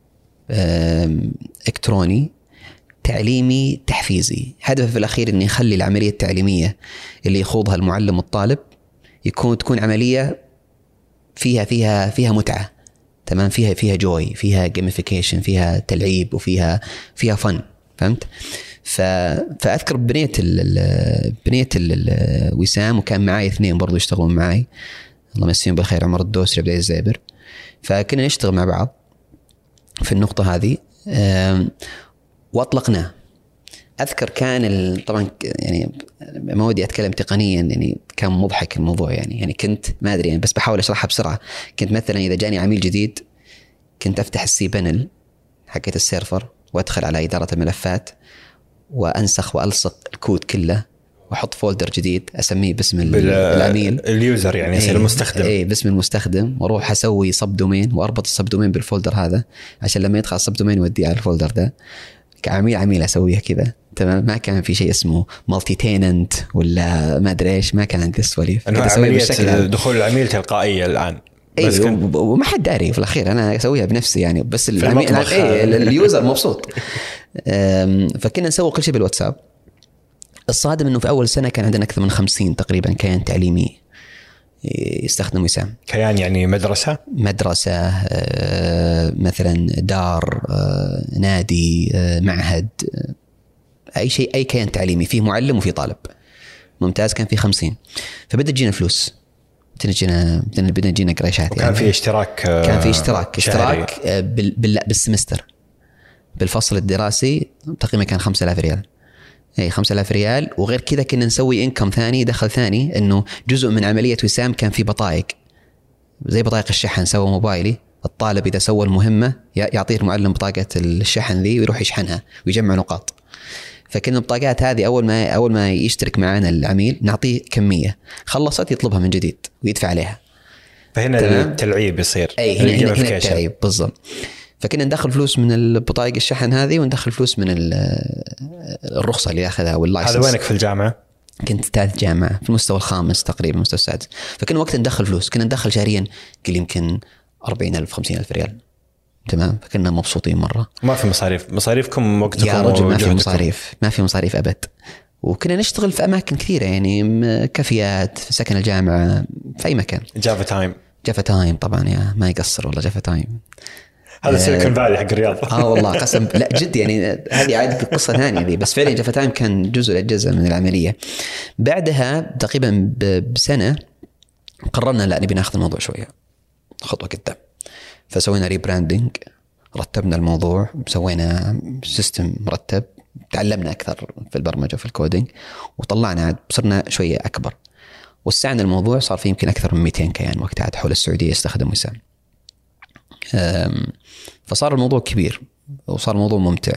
إلكتروني تعليمي تحفيزي. هدفه في الأخير أن يخلي العملية التعليمية اللي يخوضها المعلم والطالب يكون تكون عملية فيها فيها فيها متعة. تمام. فيها فيها جوي، فيها جيميفيكيشن، فيها تلعيب، وفيها فيها فن. فهمت؟ ف... فاذكر بنيت ال... بنيت الوسام، وكان معي اثنين برضو يشتغلون معي، الله يمسيهم بالخير، عمر الدوسري وعبد الزابر. فكنا نشتغل مع بعض في النقطة هذه واطلقناه. اذكر كان ال... طبعا يعني ما ودي اتكلم تقنيا، يعني كان مضحك الموضوع يعني يعني كنت ما ادري يعني، بس بحاول اشرحها بسرعه. كنت مثلا اذا جاني عميل جديد كنت افتح السي بانل حقت السيرفر وادخل على اداره الملفات وانسخ والصق الكود كله واحط فولدر جديد اسميه باسم العميل اليوزر يعني يصير المستخدم، اي باسم المستخدم، واروح اسوي سب دومين واربط السب دومين بالفولدر هذا عشان لما يدخل السب دومين يوديه على الفولدر ده. كعميل عميل اسويها كذا تمام. ما كان في شيء اسمه مالتي تيننت ولا ما ادري ايش، ما كان عندي السواليف. عمليه دخول العميل تلقائيه الان، بس أيه كنت... وما حد داري في الاخير، انا اسويها بنفسي يعني، بس العميل ايه اليوزر مبسوط. فكنا نسوي كل شيء بالواتساب. الصادم انه في اول سنه كان عندنا اكثر من خمسين تقريبا كيان تعليمي يستخدم وسام. كيان يعني مدرسه مدرسه مثلا دار، نادي، معهد، اي شيء، اي كيان تعليمي فيه معلم وفيه طالب. ممتاز. كان في خمسين. فبدأ تجينا فلوس، بدنا بدنا تجينا قريشات. وكان يعني في اشتراك، كان في اشتراك اشتراك بال بال بالسمستر بالفصل الدراسي تقريبا كان خمسة آلاف ريال. اي خمسة آلاف ريال. وغير كذا كنا نسوي انكم ثاني، دخل ثاني، انه جزء من عمليه وسام كان في بطايق زي بطايق الشحن. سوى موبايلي، الطالب اذا سوى المهمه يعطيه المعلم بطاقه الشحن ذي ويروح يشحنها ويجمع نقاط. فكنا البطاقات هذه اول ما اول ما يشترك معنا العميل نعطيه كميه، خلصت يطلبها من جديد ويدفع عليها. فهنا التلعيب يصير. اي هنا, هنا, هنا التلعيب بالضبط. فكنا ندخل فلوس من البطايق الشحن هذه وندخل فلوس من الرخصه اللي ياخذها واللايسنس. هذا وينك في الجامعه؟ كنت ثالث جامعه في المستوى الخامس تقريبا، المستوى السادس. فكنا وقت ندخل فلوس، كنا ندخل شهريا قل يمكن أربعين ألف خمسين ألف ريال. تمام. فكنا مبسوطين مره. ما في مصاريف؟ مصاريفكم وقتكم يا رجل ما في مصاريف، ما في مصاريف ابد. وكنا نشتغل في اماكن كثيره يعني، كافيات، في سكن الجامعه، في اي مكان. جافا تايم. جافا تايم طبعا يا ما يقصر والله جافا تايم. هذا سيليكون فالي حق الرياض. اه والله قسم لا جد يعني، هذه عاد قصه ثانيه دي. بس فعلا جافا تايم كان جزء الجزء من العمليه. بعدها تقريبا بسنه قررنا لا نبي ناخذ الموضوع شويه خطوه قدام. فسوينا ريبراندنج، رتبنا الموضوع، سوينا سيستم مرتب، تعلمنا اكثر في البرمجه وفي الكودينج، وطلعنا عاد صرنا شويه اكبر، وسعنا الموضوع. صار في يمكن اكثر من مئتين كيان وقتها عاد حول السعوديه يستخدم وسام. فصار الموضوع كبير وصار الموضوع ممتع.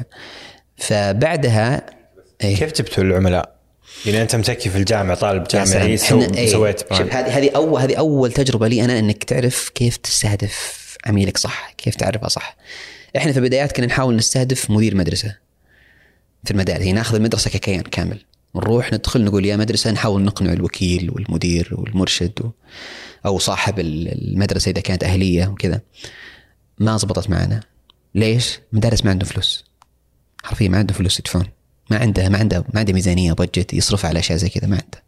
فبعدها ايه كيف جبتوا العملاء؟ يعني انت متكي في الجامعه طالب جامعي سو... ايه سويت هذه هذه اول هذه اول تجربه لي انا، انك تعرف كيف تستهدف عميلك صح، كيف تعرفها صح. احنا في البدايات كنا نحاول نستهدف مدير مدرسه في المدارس، يعني ناخذ المدرسه ككيان كامل، نروح ندخل نقول يا مدرسه، نحاول نقنع الوكيل والمدير والمرشد و... او صاحب المدرسه اذا كانت اهليه وكذا. ما زبطت معنا. ليش؟ مدارس ما عنده فلوس، حرفيا ما عنده فلوس يدفعون، ما عنده ما عنده ما عنده ميزانيه بادجت يصرف على اشياء زي كذا، ما عنده.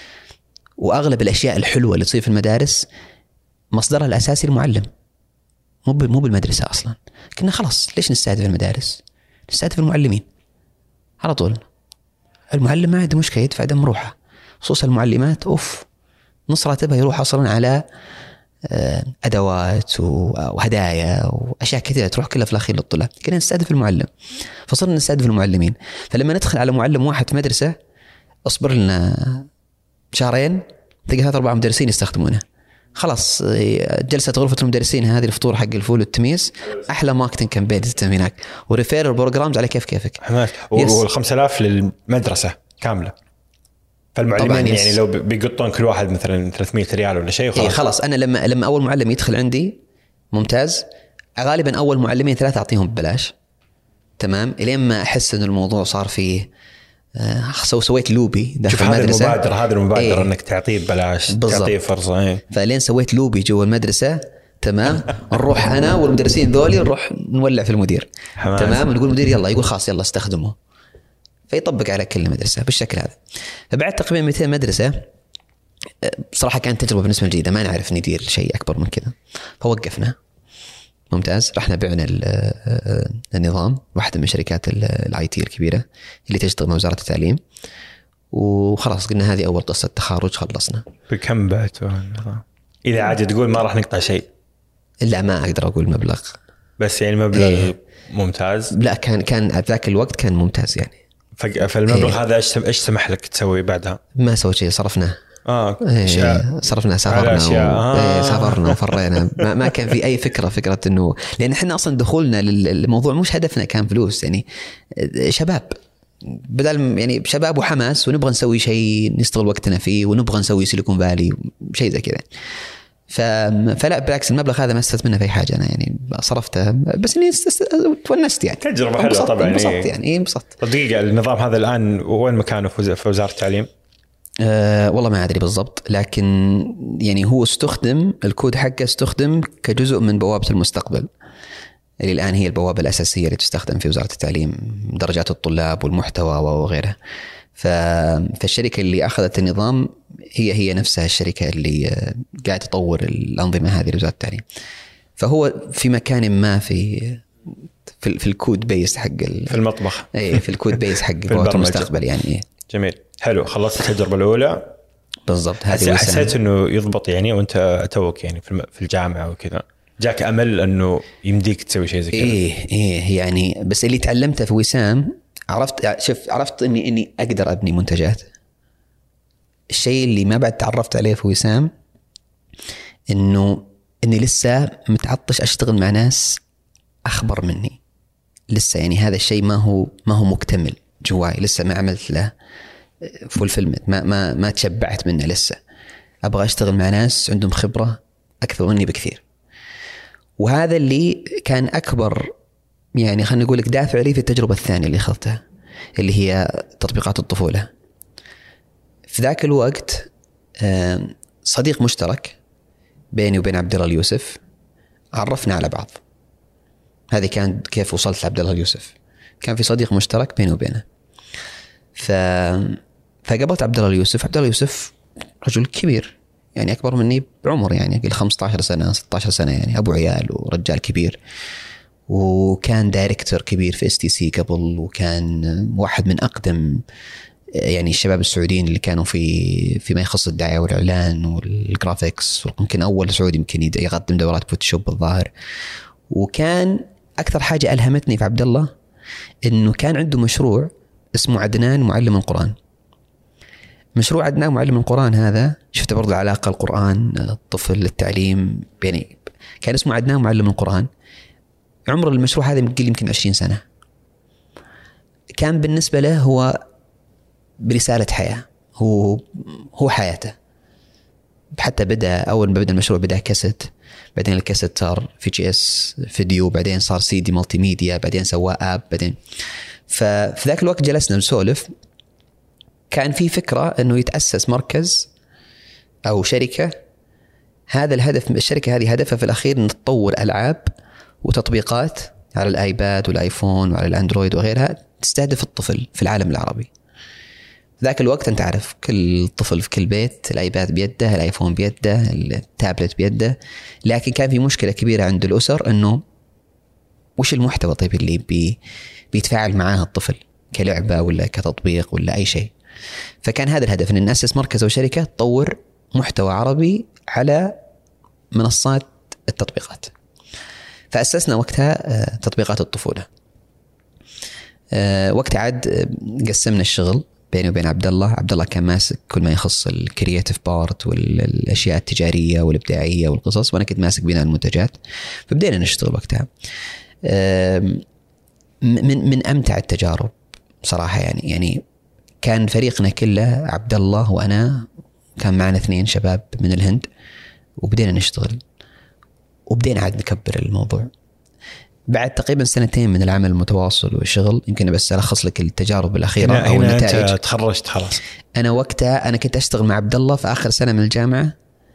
واغلب الاشياء الحلوه اللي تصير في المدارس مصدرها الاساسي المعلم، مو مو بالمدرسه اصلا. كنا خلاص ليش نستهدف المدارس؟ نستهدف المعلمين على طول. المعلم ما عنده مشكله يدفع دم روحه، خصوصا المعلمات اوف نص راتبها يروح اصلا على ادوات وهدايا واشياء كثيره تروح كلها في الاخير للطلاب. كنا نستهدف المعلم، فصرنا نستهدف المعلمين. فلما ندخل على معلم واحد في مدرسه اصبر لنا شهرين تلقى ثلاث اربع مدرسين يستخدمونه. خلاص جلسه غرفه المدرسين هذه، الفطور حق الفول والتميس، احلى ماركتنج كامبين تتم هناك، وريفيرال بروجرامز على كيف كيفك. وال خمسة آلاف للمدرسه كامله. فالمعلمين يعني لو بيقطون كل واحد مثلا ثلاثمية ريال ولا شيء خلاص. خلاص انا لما لما اول معلم يدخل عندي ممتاز، غالبا اول معلمين ثلاثه اعطيهم ببلاش. تمام. الين ما احس ان الموضوع صار فيه آه سو سويت لوبي داخل المدرسه. هذه المبادره هذه المبادره ايه؟ انك تعطيه ببلاش، تعطيه فرصه. ايه. فلين سويت لوبي جوا المدرسه. تمام. نروح انا والمدرسين ذولي نروح نولع في المدير. حماس. تمام. نقول المدير يلا، يقول خلاص يلا استخدمه، فيطبق على كل مدرسة بالشكل هذا. فبعد تقريبا مئتين مدرسة بصراحة كانت تجربة بالنسبة لي جيدة، ما نعرف ندير شيء أكبر من كذا، فوقفنا ممتاز. رحنا بعنا النظام واحدة من شركات الاي تي الكبيرة اللي تشتغل مع وزارة التعليم، وخلاص قلنا هذه أول قصة تخارج خلصنا. بكم بعتوا النظام؟ إذا عاد تقول ما راح نقطع شيء. لا ما أقدر أقول مبلغ، بس يعني مبلغ إيه. ممتاز. لا كان كان ذاك الوقت كان ممتاز يعني. فالمبلغ إيه. هذا إيش إيش سمح لك تسوي بعدها؟ ما سويت شيء، صرفناه. آه إيه صرفنا سافرنا و... آه. سافرنا وفرينا. ما, ما كان في أي فكرة فكرة إنه لأن إحنا أصلا دخولنا للموضوع مش هدفنا كان فلوس، يعني شباب بدل يعني شباب وحماس ونبغى نسوي شيء نستغل وقتنا فيه ونبغى نسوي سيليكون فالي شيء زي كذا. ف... فلا بالعكس المبلغ هذا ما استفدت منه في أي حاجة، أنا يعني صرفته بس إني تونست يعني تجربة حلوة طبعا. انبسطت يعني إيه انبسطت. دقيقة النظام هذا الآن وين مكانه في وزارة التعليم؟ أه والله ما أدري بالضبط، لكن يعني هو استخدم الكود حقه استخدم كجزء من بوابة المستقبل اللي الآن هي البوابة الأساسية اللي تستخدم في وزارة التعليم، درجات الطلاب والمحتوى وغيرها. فالشركة اللي أخذت النظام هي هي نفسها الشركة اللي قاعدة تطور الأنظمة هذه لوزارة التعليم. فهو في مكان ما في في, في الكود بيس حق في المطبخ أي في الكود بيس حق بوابة المستقبل يعني. جميل حلو. خلصت التجربة الأولى بالضبط. هذه حسيت إنه يضبط يعني وأنت توك يعني في الجامعة وكذا، جاك أمل إنه يمديك تسوي شيء زي كذا؟ إيه إيه يعني بس اللي تعلمته في وسام عرفت شوف عرفت إني إني أقدر أبني منتجات. الشيء اللي ما بعد تعرفت عليه في وسام إنه إني لسه متعطش أشتغل مع ناس أخبر مني لسه، يعني هذا الشيء ما هو ما هو مكتمل جواي لسه، ما عملت له فول فيلمت، ما ما ما تشبعت منه لسه. أبغى أشتغل مع ناس عندهم خبرة أكثر مني بكثير، وهذا اللي كان أكبر يعني خلينا نقول لك دافع لي في التجربة الثانية اللي أخذتها اللي هي تطبيقات الطفولة. في ذاك الوقت صديق مشترك بيني وبين عبد الله اليوسف عرفنا على بعض. هذه كان كيف وصلت لعبد الله اليوسف، كان في صديق مشترك بيني وبينه. ف فقابلت عبد الله اليوسف. عبد الله اليوسف رجل كبير يعني أكبر مني بعمر، يعني قل خمسة عشر سنة ستة عشر سنة، يعني أبو عيال ورجال كبير، وكان دايركتور كبير في اس تي سي قبل، وكان واحد من أقدم يعني الشباب السعوديين اللي كانوا في فيما يخص الدعاية والإعلان والجرافيكس، ويمكن أول سعودي يمكن يقدم دورات فوتوشوب الظاهر. وكان أكثر حاجة ألهمتني في عبد الله إنه كان عنده مشروع اسمه عدنان معلم القرآن. مشروع عدنان معلم القرآن هذا شفت برضو العلاقة القرآن الطفل التعليم، يعني كان اسمه عدنان معلم القرآن. عمر المشروع هذا يمكن يمكن عشرين سنة. كان بالنسبة له هو برسالة حياة، هو هو حياته. حتى بدأ أول ما بدأ المشروع بدأ كاسيت، بعدين الكاسيت صار في جي اس فيديو، بعدين صار سي دي مالتي ميديا، بعدين سواه آب، بعدين ففي ذاك الوقت جلسنا نسولف. كان في فكرة أنه يتأسس مركز أو شركة، هذا الهدف. الشركة هذه هدفها في الأخير أن تطور ألعاب وتطبيقات على الآيباد والآيفون وعلى الأندرويد وغيرها تستهدف الطفل في العالم العربي. ذاك الوقت أنت عارف كل طفل في كل بيت الآيباد بيده، الآيفون بيده، التابلت بيده، لكن كان في مشكلة كبيرة عند الأسر أنه وش المحتوى طيب اللي بي بيتفاعل معاه الطفل كلعبة ولا كتطبيق ولا أي شيء. فكان هذا الهدف، أن نأسس مركز أو شركة تطور محتوى عربي على منصات التطبيقات. فأسسنا وقتها تطبيقات الطفولة. وقتها عاد قسمنا الشغل بيني وبين عبد الله. عبد الله كان ماسك كل ما يخص الكرياتيف بارت والأشياء التجارية والإبداعية والقصص، وأنا كنت ماسك بناء المنتجات. فبدينا نشتغل وقتها. من من أمتع التجارب صراحة، يعني يعني كان فريقنا كله عبد الله وأنا، كان معنا اثنين شباب من الهند، وبدينا نشتغل وبدينا عاد نكبر الموضوع. بعد تقريبا سنتين من العمل المتواصل والشغل، يمكن بس ألخص لك التجارب الأخيرة هنا أو هنا النتائج. أنت تخرجت خلاص. أنا وقتها أنا كنت أشتغل مع عبد الله في آخر سنة من الجامعة،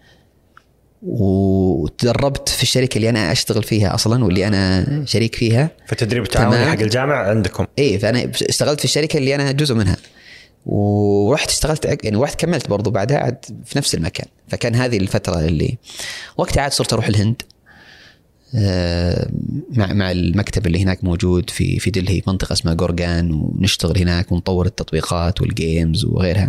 وتدربت في الشركة اللي أنا أشتغل فيها أصلا واللي أنا شريك فيها. فتدريب التعاون حق الجامعة عندكم؟ إيه، فأنا اشتغلت في الشركة اللي أنا جزء منها، ورحت اشتغلت يعني ورحت كملت برضو بعدها عاد في نفس المكان. فكان هذه الفترة اللي وقتها عاد صرت أروح الهند مع مع المكتب اللي هناك موجود في في دلهي، منطقة اسمها غورغان، ونشتغل هناك ونطور التطبيقات والجيمز وغيرها.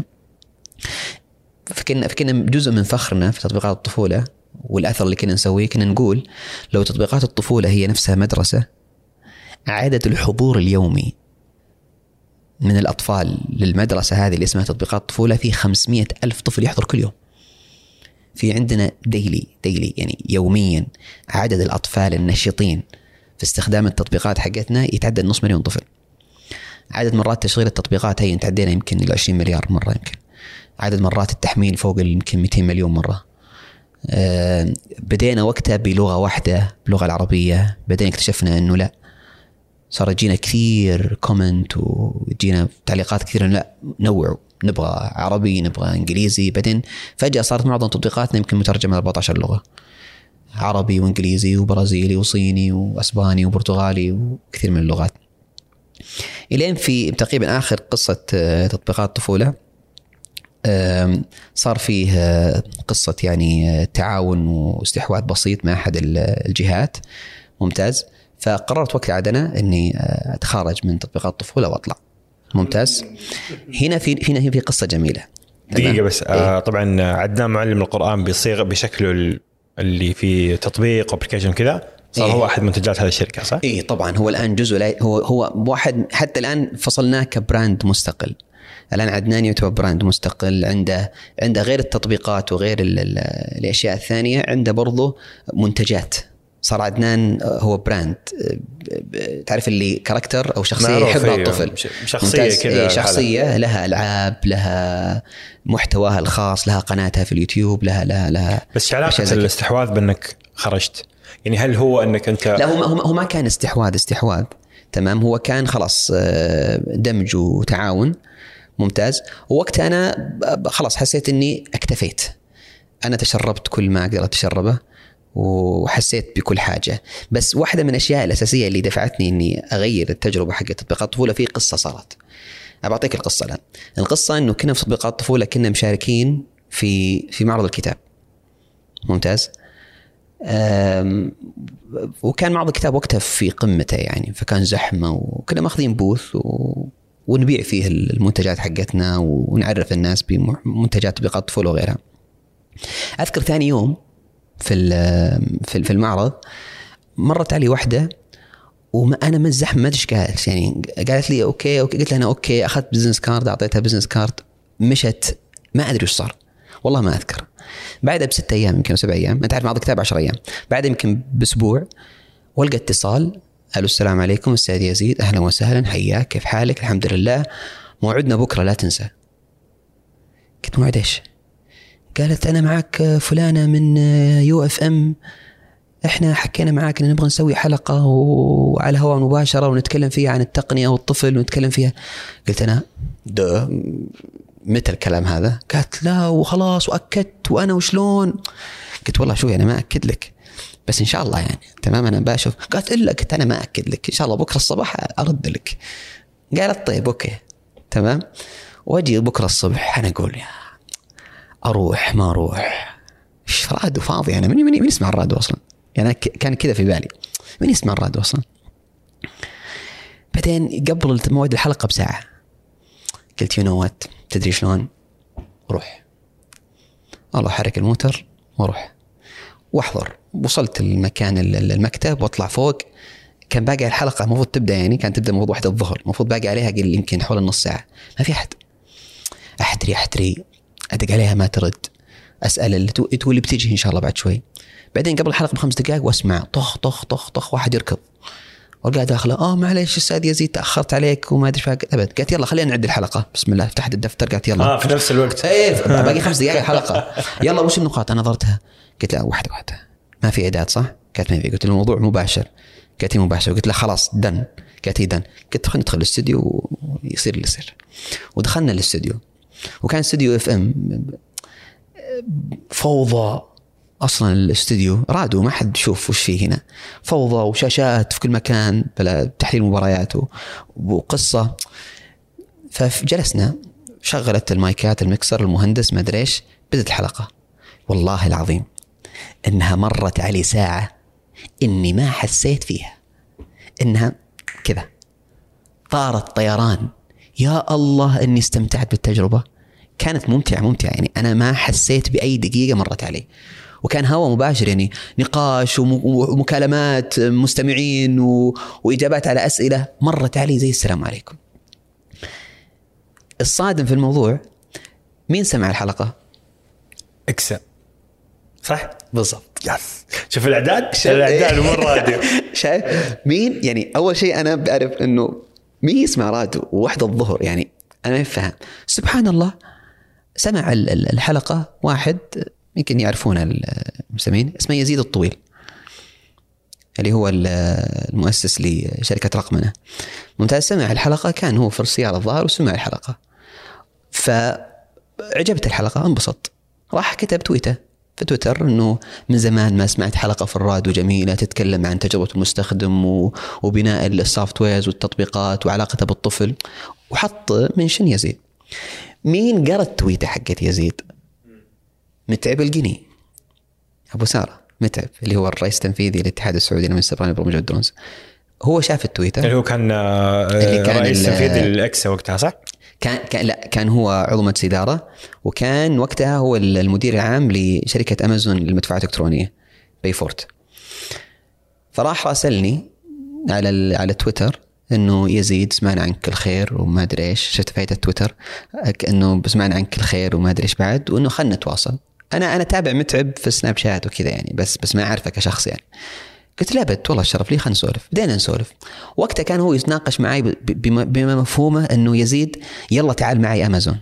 فكنا فكنا جزء من فخرنا في تطبيقات الطفولة والأثر اللي كنا نسويه، كنا نقول لو تطبيقات الطفولة هي نفسها مدرسة، عدد الحضور اليومي من الأطفال للمدرسة هذه اللي اسمها تطبيقات الطفولة في خمسمائة ألف طفل يحضر كل يوم. في عندنا ديلي ديلي يعني يوميا عدد الأطفال النشطين في استخدام التطبيقات حقتنا يتعدى نص مليون طفل. عدد مرات تشغيل التطبيقات هي تعدينا يمكن إلى عشرين مليار مرة، يمكن عدد مرات التحميل فوق يمكن مئتين مليون مرة. أه بدينا وقتها بلغة واحدة، بلغة العربية. بعدين اكتشفنا أنه لا، صار يجينا كثير كومنت ويجينا تعليقات كثيرة، لا نوعوا، نبغى عربي، نبغى إنجليزي. بعدين فجأة صارت معظم تطبيقاتنا يمكن مترجمة أربعة عشر لغة، عربي وإنجليزي وبرازيلي وصيني وأسباني وبرتغالي وكثير من اللغات. إلين في تقريبا آخر قصة تطبيقات طفولة صار فيه قصة يعني تعاون واستحواذ بسيط مع أحد الجهات ممتاز. فقررت وقت عادنا أني أتخارج من تطبيقات الطفولة وأطلع. ممتاز. هنا في هنا في قصة جميلة. دقيقة بس. إيه؟ آه طبعا عدنان معلم القرآن بصيغة بشكله اللي في تطبيق أبليكيشن كذا، صار إيه؟ هو أحد منتجات هذه الشركة صح؟ إيه طبعا هو الآن جزء، لا هو هو واحد، حتى الآن فصلناه كبراند مستقل. الآن عدنان يعتبر براند مستقل، عنده عنده غير التطبيقات وغير ال ال الأشياء الثانية، عنده برضو منتجات. صار عدنان هو براند، تعرف اللي كاركتر أو شخصية يحبها الطفل، شخصية كذا، شخصية لها ألعاب، لها محتواها الخاص، لها قناتها في اليوتيوب، لها لها لها بس علاقة الاستحواذ بأنك خرجت، يعني هل هو أنك أنت؟ لا هو هو ما كان استحواذ استحواذ تمام، هو كان خلاص دمج وتعاون ممتاز. ووقتها أنا خلاص حسيت إني اكتفيت، أنا تشربت كل ما أقدر أتشربه وحسيت بكل حاجة. بس واحدة من الأشياء الأساسية اللي دفعتني إني أغير التجربة حق تطبيقات الطفولة في قصة صارت. أبعطيك القصة الآن. القصة إنه كنا في تطبيقات الطفولة كنا مشاركين في في معرض الكتاب ممتاز، وكان معرض الكتاب وقتها في قمته يعني، فكان زحمة وكنا ماخذين بوث و... ونبيع فيه المنتجات حقتنا ونعرف الناس بمنتجات تطبيقات الطفولة وغيرها. أذكر ثاني يوم في في المعرض مرت علي واحدة وأنا من الزحمة ما أدري إيش قالت، يعني قالت لي أوكي أوكي، قلت لها أنا أوكي، أخذت بزنس كارد، أعطيتها بزنس كارد، مشت، ما أدري إيش صار والله ما أذكر. بعدها بستة أيام يمكن سبع أيام، أنت عارف معرض الكتاب عشر أيام، بعدها يمكن بأسبوع والقى اتصال، قالوا السلام عليكم أستاذ يزيد، أهلا وسهلا، حياك، كيف حالك؟ الحمد لله، موعدنا بكرة لا تنسى. قلت موعد إيش؟ قالت أنا معك فلانة من يو اف ام، إحنا حكينا معك إن نبغى نسوي حلقة وعلى الهواء مباشرة ونتكلم فيها عن التقنية والطفل ونتكلم فيها. قلت أنا ده متى الكلام هذا؟ قالت لا وخلاص وأكدت، وأنا وشلون؟ قلت والله شوي أنا ما أكد لك، بس إن شاء الله يعني تمام أنا بشوف. قالت إلا، قلت أنا ما أكد لك، إن شاء الله بكرة الصباح أرد لك. قالت طيب أوكي تمام. وأجي بكرة الصبح أنا أقول يا أروح ما أروح، إيش راديو فاضي، أنا مني مني من يسمع الراديو أصلا، يعني كان كذا في بالي من يسمع الراديو أصلا. بعدين قبل موعد الحلقة بساعة قلت يو نو وات، تدري شلون؟ روح والله، حرك الموتر وروح واحضر. وصلت المكان المكتب واطلع فوق، كان باقي الحلقة المفروض تبدأ، يعني كانت تبدأ موضوع واحدة الظهر، المفروض باقي عليها قل يمكن حول النص ساعة، ما في أحد. أحتري أحتري أدق عليها ما ترد، أسأل اللي تقول لي بتيجي إن شاء الله بعد شوي. بعدين قبل الحلقة بخمس دقائق واسمع طخ طخ طخ طخ واحد يركض، وقاعد داخله آه معليش أستاذ يزيد تأخرت عليك وما أدري فاق أبد. قالت يلا خلينا نعد الحلقة، بسم الله، فتحت الدفتر قالت يلا آه في نفس الوقت إيه باقي خمس دقائق الحلقة، يلا وش النقاط؟ أنا نظرتها قلت لا واحدة واحدة، ما في إعداد صح؟ قالت ما في. قلت الموضوع مباشر، قالت مباشر. قلت له خلاص دن، قالت دن. قلت خلينا ندخل الاستوديو ويصير اللي يصير. ودخلنا الاستوديو، وكان استوديو اف ام فوضى اصلا، الاستوديو رادو ما حد يشوف وش فيه هنا، فوضى وشاشات في كل مكان بلا تحليل مباريات وقصه. فجلسنا، شغلت المايكات، المكسر، المهندس ما ادري ايش، بدت الحلقه. والله العظيم انها مرت علي ساعه إني ما حسيت فيها إنها كذا طارت طيران. يا الله إني استمتعت بالتجربة، كانت ممتعة ممتعة يعني أنا ما حسيت بأي دقيقة مرت علي، وكان هوا مباشر يعني نقاش ومكالمات مستمعين وإجابات على أسئلة مرت علي زي السلام عليكم. الصادم في الموضوع مين سمع الحلقة؟ إكسا صح؟ بالضبط. يس. شوف الإعداد الإعداد مرة شايف مين يعني أول شيء أنا بعرف إنه مين يسمع راديو وواحدة الظهر يعني أنا ما فهم. سبحان الله سمع الحلقة واحد يمكن يعرفون المستمعين اسمه يزيد الطويل اللي هو المؤسس لشركة رقمنة. ممتاز. سمع الحلقة كان هو في السيارة الظاهر وسمع الحلقة فعجبت الحلقة انبسط، راح كتب تويته في تويتر إنه من زمان ما سمعت حلقة في الراديو جميلة تتكلم عن تجربة المستخدم وبناء السوفت ويرز والتطبيقات وعلاقته بالطفل، وحط منشن يزيد. مين قرأ التويته حقت يزيد؟ متعب القني أبو سارة متعب اللي هو الرئيس التنفيذي للاتحاد السعودي للمستقبل برمجة الدرونز. هو شاف التويته اللي هو كان, اللي كان رئيس تنفيذي للإكسا وقتها صح؟ كان, كان لا كان هو عضو مجلس إدارة، وكان وقتها هو المدير العام لشركة أمازون للمدفوعات الإلكترونية بيفورت. فراح راسلني على على تويتر إنه يزيد سمعنا عنك الخير وما أدري إيش، شفت فايدة تويتر إنه بسمعنا عنك الخير وما أدري إيش بعد، وإنه خلنا نتواصل. أنا أنا تابع متعب في سناب شات وكذا يعني بس بس ما أعرفه كشخص يعني. قلت لا بد والله الشرف لي، خلنا نسولف. بدينا نسولف. وقتها كان هو يتناقش معي بما مفهومه انه يزيد يلا تعال معي امازون.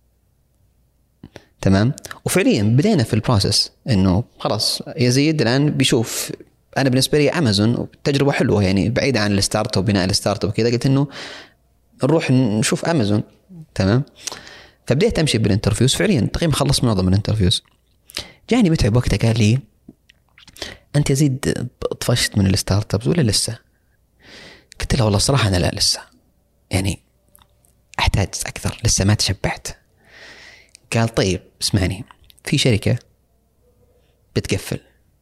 تمام. وفعليا بدينا في البروسس انه خلاص يزيد الان بيشوف. انا بالنسبه لي امازون تجربه حلوه يعني بعيده عن الستارت اب وبناء الستارت اب وكذا، قلت انه نروح نشوف امازون. تمام. فبديت امشي بالانترفيوز، فعليا تقريبا خلص معظم الانترفيوز. جاني متعب وقتها قال لي أنت يزيد طفشت من الستارت ابز ولا لسه؟ قلت له والله صراحة أنا لا لسه يعني أحتاج أكثر، لسه ما تشبعت. قال طيب اسمعني، في شركة بتقفل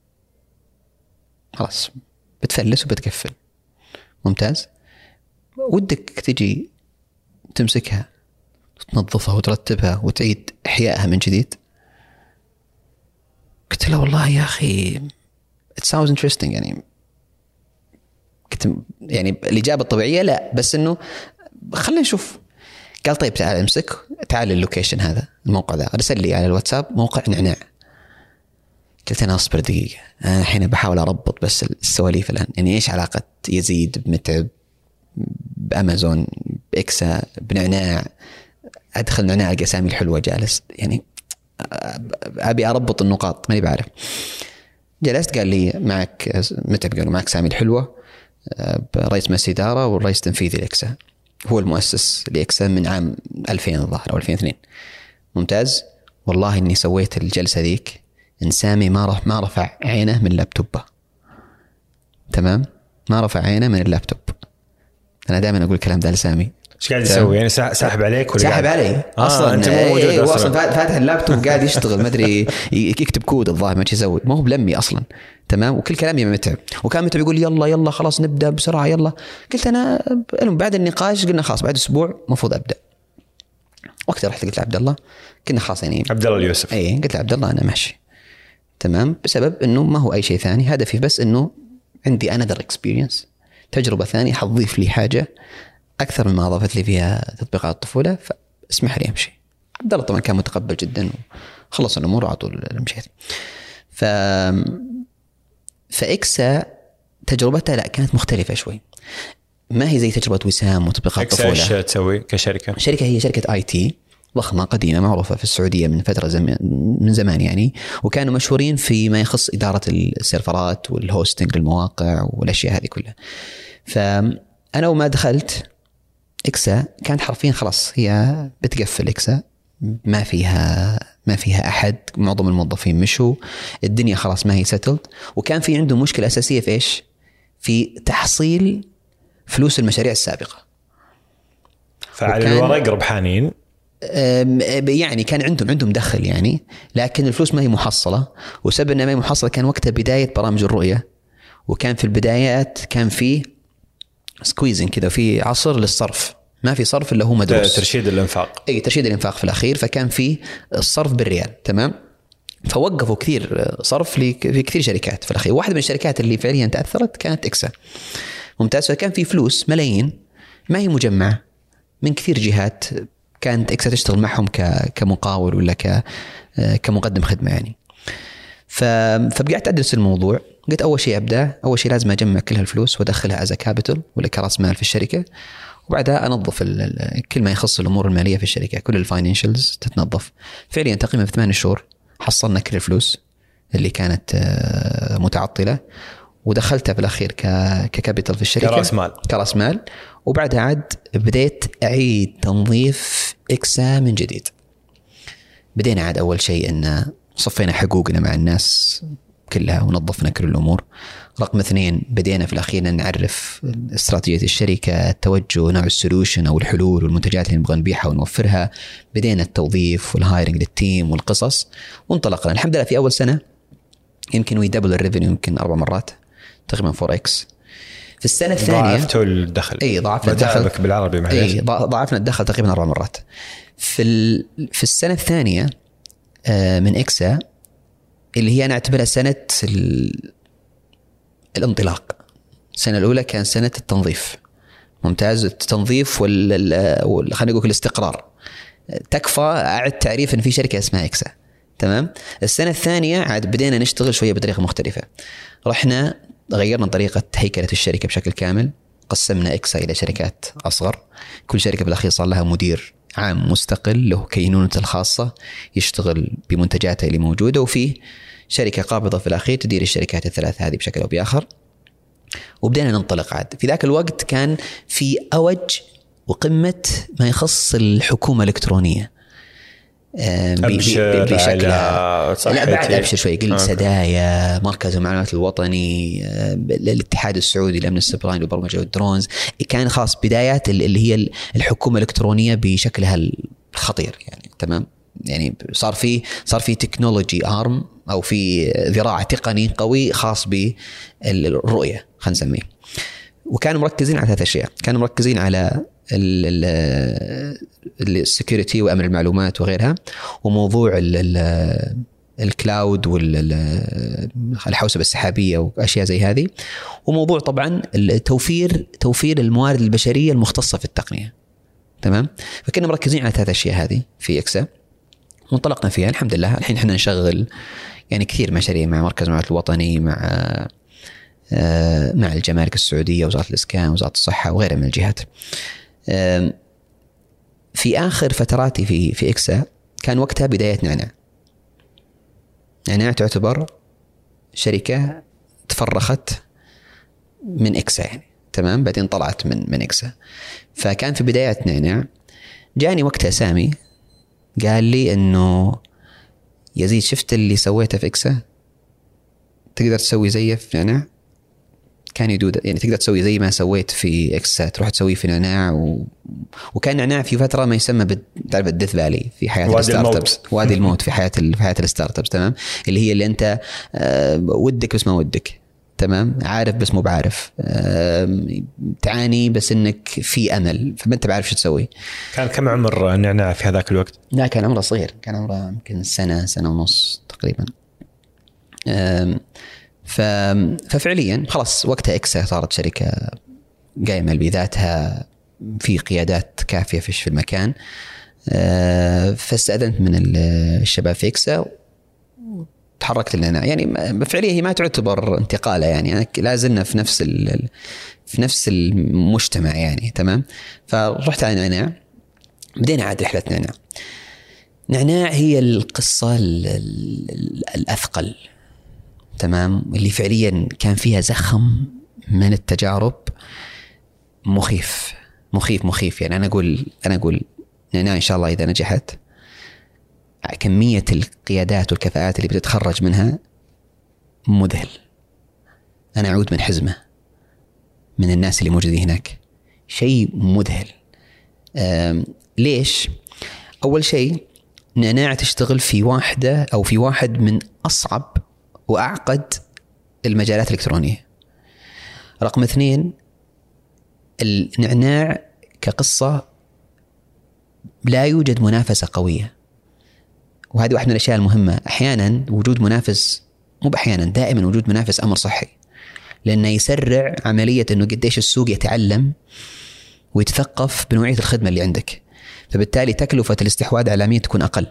خلاص بتفلس وبتقفل. ممتاز. ودك تجي تمسكها وتنظفها وترتبها وتعيد إحيائها من جديد؟ قلت له والله يا أخي it sounds interesting يعني كنت يعني الإجابة الطبيعية لا، بس إنه خلينا نشوف. قال طيب تعال امسك، تعال اللوكيشن هذا الموقع ذا، أرسل لي على الواتساب موقع نعناع. قلت أنا أصبر دقيقة، أنا الحين بحاول أربط بس السواليف الآن، يعني إيش علاقة يزيد بمتعب بأمازون بإكسا بنعناع؟ أدخل نعناع القسامي الحلوة جالس يعني أبي أربط النقاط ماني بعرف. جلست قال لي معك متعب، قالوا معك سامي الحلوة رئيس مجلس إدارة والرئيس التنفيذي لإكسا، هو المؤسس لإكسا من عام ألفين الظاهر أو ألفين واثنين. ممتاز. والله إني سويت الجلسة ذيك إن سامي ما رف ما رفع عينه من اللابتوب. تمام. ما رفع عينه من اللابتوب. أنا دائما أقول الكلام ده لسامي. ايش قاعد يسوي يعني؟ ساحب عليك ولا ساحب علي آه اصلا؟ انت مو موجود ايه اصلا, أصلاً فاتح اللابتوب قاعد يشتغل ما ادري يكتب كود الظاهر ما يسوي، ما هو بلمي اصلا. تمام. وكل كلامي متعب، وكان متعب يقول يلا يلا خلاص نبدا بسرعه يلا. قلت انا بعد النقاش قلنا خلاص بعد اسبوع المفروض ابدا. وقتها رحت قلت لعبد الله، كنا خلاص يعني عبد الله اليوسف، اي قلت لعبد الله انا ماشي. تمام. بسبب انه ما هو اي شيء ثاني، هدفي بس انه عندي another experience، تجربه ثانيه حتضيف لي حاجه أكثر مما أضافت لي فيها تطبيقات الطفولة، فاسمح لي أمشي. عبد الله طبعا كان متقبل جدا وخلص الأمور على طول مشيت. ف فإكسا تجربتها لا كانت مختلفة شوي، ما هي زي تجربة وسام وتطبيقات الطفولة. إكسا إيش تسوي كشركة؟ شركة هي شركة آي تي ضخمة قديمة معروفة في السعودية من فترة زمان من زمان يعني، وكانوا مشهورين فيما يخص إدارة السيرفرات والهوستنج للمواقع والأشياء هذه كلها. فأنا وما دخلت إكسا كانت حرفيا خلاص هي بتقفل. إكسا ما فيها ما فيها أحد، معظم الموظفين مشوا، الدنيا خلاص ما هي سيتلد. وكان في عندهم مشكلة أساسية في إيش؟ في تحصيل فلوس المشاريع السابقة. فعلى الورق ربحانين يعني، كان عندهم عندهم دخل يعني، لكن الفلوس ما هي محصلة. وسبب أنها ما هي محصلة كان وقتها بداية برامج الرؤية، وكان في البدايات كان في سكويزن كذا، في عصر للصرف، ما في صرف إلا هو مدروس، ترشيد الإنفاق. أي ترشيد الإنفاق في الأخير، فكان في الصرف بالريال. تمام. فوقفوا كثير صرف في كثير شركات في الأخير. واحدة من الشركات اللي فعليا تأثرت كانت إكسا. ممتاز. فكان في فلوس ملايين ما هي مجمعة من كثير جهات، كانت إكسا تشتغل معهم كمقاول ولا كمقدم خدمة يعني. فبقعت أدرس الموضوع. قلت أول شيء أبدأ أول شيء لازم أجمع كل هالفلوس وأدخلها as a capital ولا كرأس مال في الشركة، وبعدها أنظف كل ما يخص الأمور المالية في الشركة، كل الفاينانشلز تتنظف. فعليا تقريبا في ثمان شهور حصلنا كل الفلوس اللي كانت متعطلة ودخلتها في الأخير ككابيتال في الشركة كرأس مال كرأس مال وبعدها عاد بديت أعيد تنظيف إكسا من جديد. بدينا عاد أول شيء إن صفينا حقوقنا مع الناس كلها ونظفنا كل الأمور. رقم اثنين بدينا في الأخير نعرف استراتيجية الشركة، التوجه، نوع السولوشن أو الحلول والمنتجات اللي نبغى نبيعها ونوفرها. بدينا التوظيف والهايرنج للتيم والقصص وانطلقنا. الحمد لله في أول سنة يمكن ويدبل الريفينيو يمكن أربع مرات تقريبا فور إكس. في السنة الثانية ضاعفتوا الدخل. أي ضاعفنا الدخل بالعربي معلش. أي ضاعفنا الدخل تقريبا أربع مرات. في ال... في السنة الثانية من إكسا اللي هي أنا أعتبرها سنة ال... الانطلاق. السنة الأولى كان سنة التنظيف. ممتاز. التنظيف وال خلينا نقول الاستقرار. تكفى أعد تعريف إن في شركة اسمها إكسا. تمام. السنة الثانية عاد بدينا نشتغل شوية بطريقة مختلفة. رحنا غيرنا طريقة هيكلة الشركة بشكل كامل. قسمنا إكسا إلى شركات أصغر. كل شركة بالأخير صار لها مدير عام مستقل له كينونته الخاصة يشتغل بمنتجاتها اللي موجودة، وفيه شركة قابضة في الأخير تدير الشركات الثلاث هذه بشكل أو بآخر. وبدأنا ننطلق عاد. في ذاك الوقت كان في أوج وقمة ما يخص الحكومة الإلكترونية بشكلها. لا بعد أبشر شوي. قل سدايا، مركز المعلومات الوطني، الاتحاد السعودي لأمن السبراين والبرمجة والدرونز. كان خاص بدايات اللي هي الحكومة الإلكترونية بشكلها الخطير يعني. تمام. يعني صار في صار في تكنولوجي آرم أو في ذراع تقني قوي خاص بالرؤية خلينا نسميه. وكانوا مركزين على ثلاث أشياء. كانوا مركزين على السكيورتي وأمن المعلومات وغيرها، وموضوع الكلاود والحوسبة السحابية وأشياء زي هذه، وموضوع طبعا التوفير توفير الموارد البشرية المختصة في التقنية. تمام. فكنا مركزين على ثلاث أشياء هذه في إكسا وانطلقنا فيها الحمد لله. الحين احنا نشغل يعني كثير مشاريع مع مركز المعلومات الوطني، مع مع الجمارك السعودية، وزارة الإسكان، وزارة الصحة وغيرها من الجهات. في آخر فتراتي في في إكسا كان وقتها بداية نعناع. نعناع تعتبر شركة تفرخت من إكسا يعني. تمام. بعدين طلعت من من إكسا. فكان في بداية نعناع جاني وقتها سامي قال لي إنه يزيد شفت اللي سويته في إكسا تقدر تسوي زيه في نعناع. كان يدود يعني تقدر تسوي زي ما سويت في إكسا تروح تسوي في نعناع. و... وكان نعناع في فترة ما يسمى بتعرف الديث فالي في حياة الستارت ابس، وادي الموت في حياة ال... في حياة الستارت ابس. تمام. اللي هي اللي أنت آه ودك بس ما ودك. تمام. عارف بس مو بعارف. آه تعاني بس إنك في أمل فما أنت بعرف شو تسوي. كان كم عمر نعناع في هذاك الوقت؟ لا كان عمره صغير. كان عمره يمكن سنة سنة ونص تقريبا. آه ففعليا خلاص وقتها إكسا صارت شركة قائمة بذاتها في قيادات كافية في المكان. فاستأذنت من الشباب في إكسا وتحركت لنا. يعني فعليا هي ما تعتبر انتقالة يعني لازلنا في نفس في نفس المجتمع يعني. تمام. فرحت على نعناع. بدينا عاد رحلة نعناع. نعناع هي القصة الأثقل. تمام. اللي فعليا كان فيها زخم من التجارب مخيف مخيف مخيف يعني. أنا أقول أنا أقول نعناع إن شاء الله إذا نجحت كمية القيادات والكفاءات اللي بتتخرج منها مذهل. أنا أعود من حزمة من الناس اللي موجودين هناك شيء مذهل. ليش؟ أول شيء نعناع تشتغل في واحدة أو في واحد من أصعب وأعقد المجالات الإلكترونية. رقم اثنين، النعناع كقصة لا يوجد منافسة قوية، وهذه واحدة من الأشياء المهمة. أحيانا وجود منافس، مو بأحيانا، دائما وجود منافس أمر صحي، لأنه يسرع عملية أنه قديش السوق يتعلم ويتثقف بنوعية الخدمة اللي عندك، فبالتالي تكلفة الاستحواذ إعلاميا تكون أقل.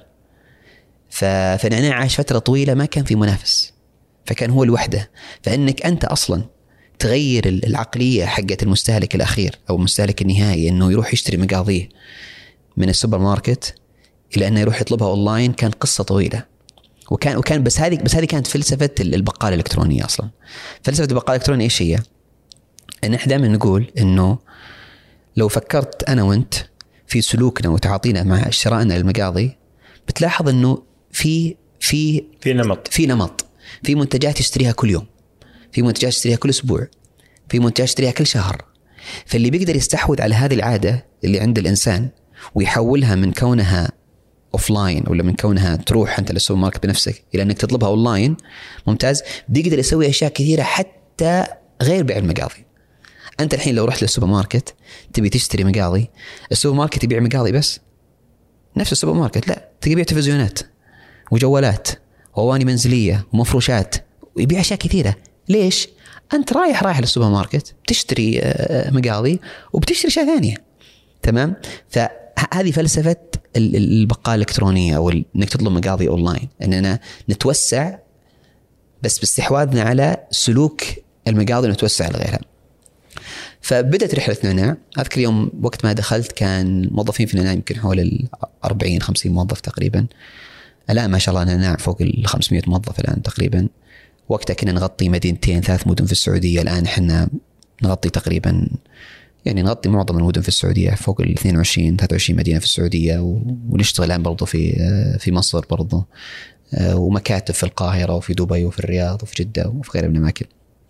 فالنعناع عاش فترة طويلة ما كان في منافس، فكان هو الوحدة. فإنك أنت أصلا تغير العقلية حقة المستهلك الأخير أو المستهلك النهائي أنه يروح يشتري مقاضيه من السوبر ماركت إلى أنه يروح يطلبها أونلاين، كان قصة طويلة. وكان وكان بس هذه بس هذه كانت فلسفة البقالة الإلكترونية أصلا. فلسفة البقالة الإلكترونية إيش هي؟ إن إحنا دائما نقول إنه لو فكرت أنا وأنت في سلوكنا وتعاطينا مع شرائنا للمقاضي، بتلاحظ إنه في في في نمط في نمط في منتجات تشتريها كل يوم، في منتجات تشتريها كل أسبوع، في منتجات تشتريها كل شهر. فاللي بيقدر يستحوذ على هذه العادة اللي عند الإنسان ويحولها من كونها أوفلاين ولا من كونها تروح أنت للسوبر ماركت بنفسك إلى أنك تطلبها أونلاين، ممتاز، بيقدر يسوي أشياء كثيرة حتى غير بيع المقاضي. أنت الحين لو رحت للسوبر ماركت تبي تشتري مقاضي، السوبر ماركت يبيع مقاضي بس نفس السوبر ماركت؟ لا، تبي يبيع تلفزيونات وجوالات وأواني منزلية ومفروشات، ويبيع أشياء كثيرة. ليش؟ أنت رايح رايح للسوبر ماركت بتشتري مقاضي وبتشتري أشياء ثانية، تمام؟ فهذه فلسفة البقالة الإلكترونية أو إنك تطلب مقاضي أونلاين، إننا نتوسع بس باستحواذنا على سلوك المقاضي ونتوسع على غيرها. فبدأت رحلة نعناع. أذكر يوم وقت ما دخلت كان موظفين في نعناع يمكن حول الأربعين خمسين موظف تقريبا. الآن ما شاء الله نعناع فوق الخمسمائة موظف الآن تقريبا. وقتها كنا نغطي مدينتين ثلاث مدن في السعودية، الآن إحنا نغطي تقريبا يعني نغطي معظم المدن في السعودية، فوق ال اثنين وعشرين ثلاثة وعشرين مدينة في السعودية، ونشتغل الآن برضو في في مصر برضو، ومكاتب في القاهرة وفي دبي وفي الرياض وفي جدة وفي غيرها من الأماكن.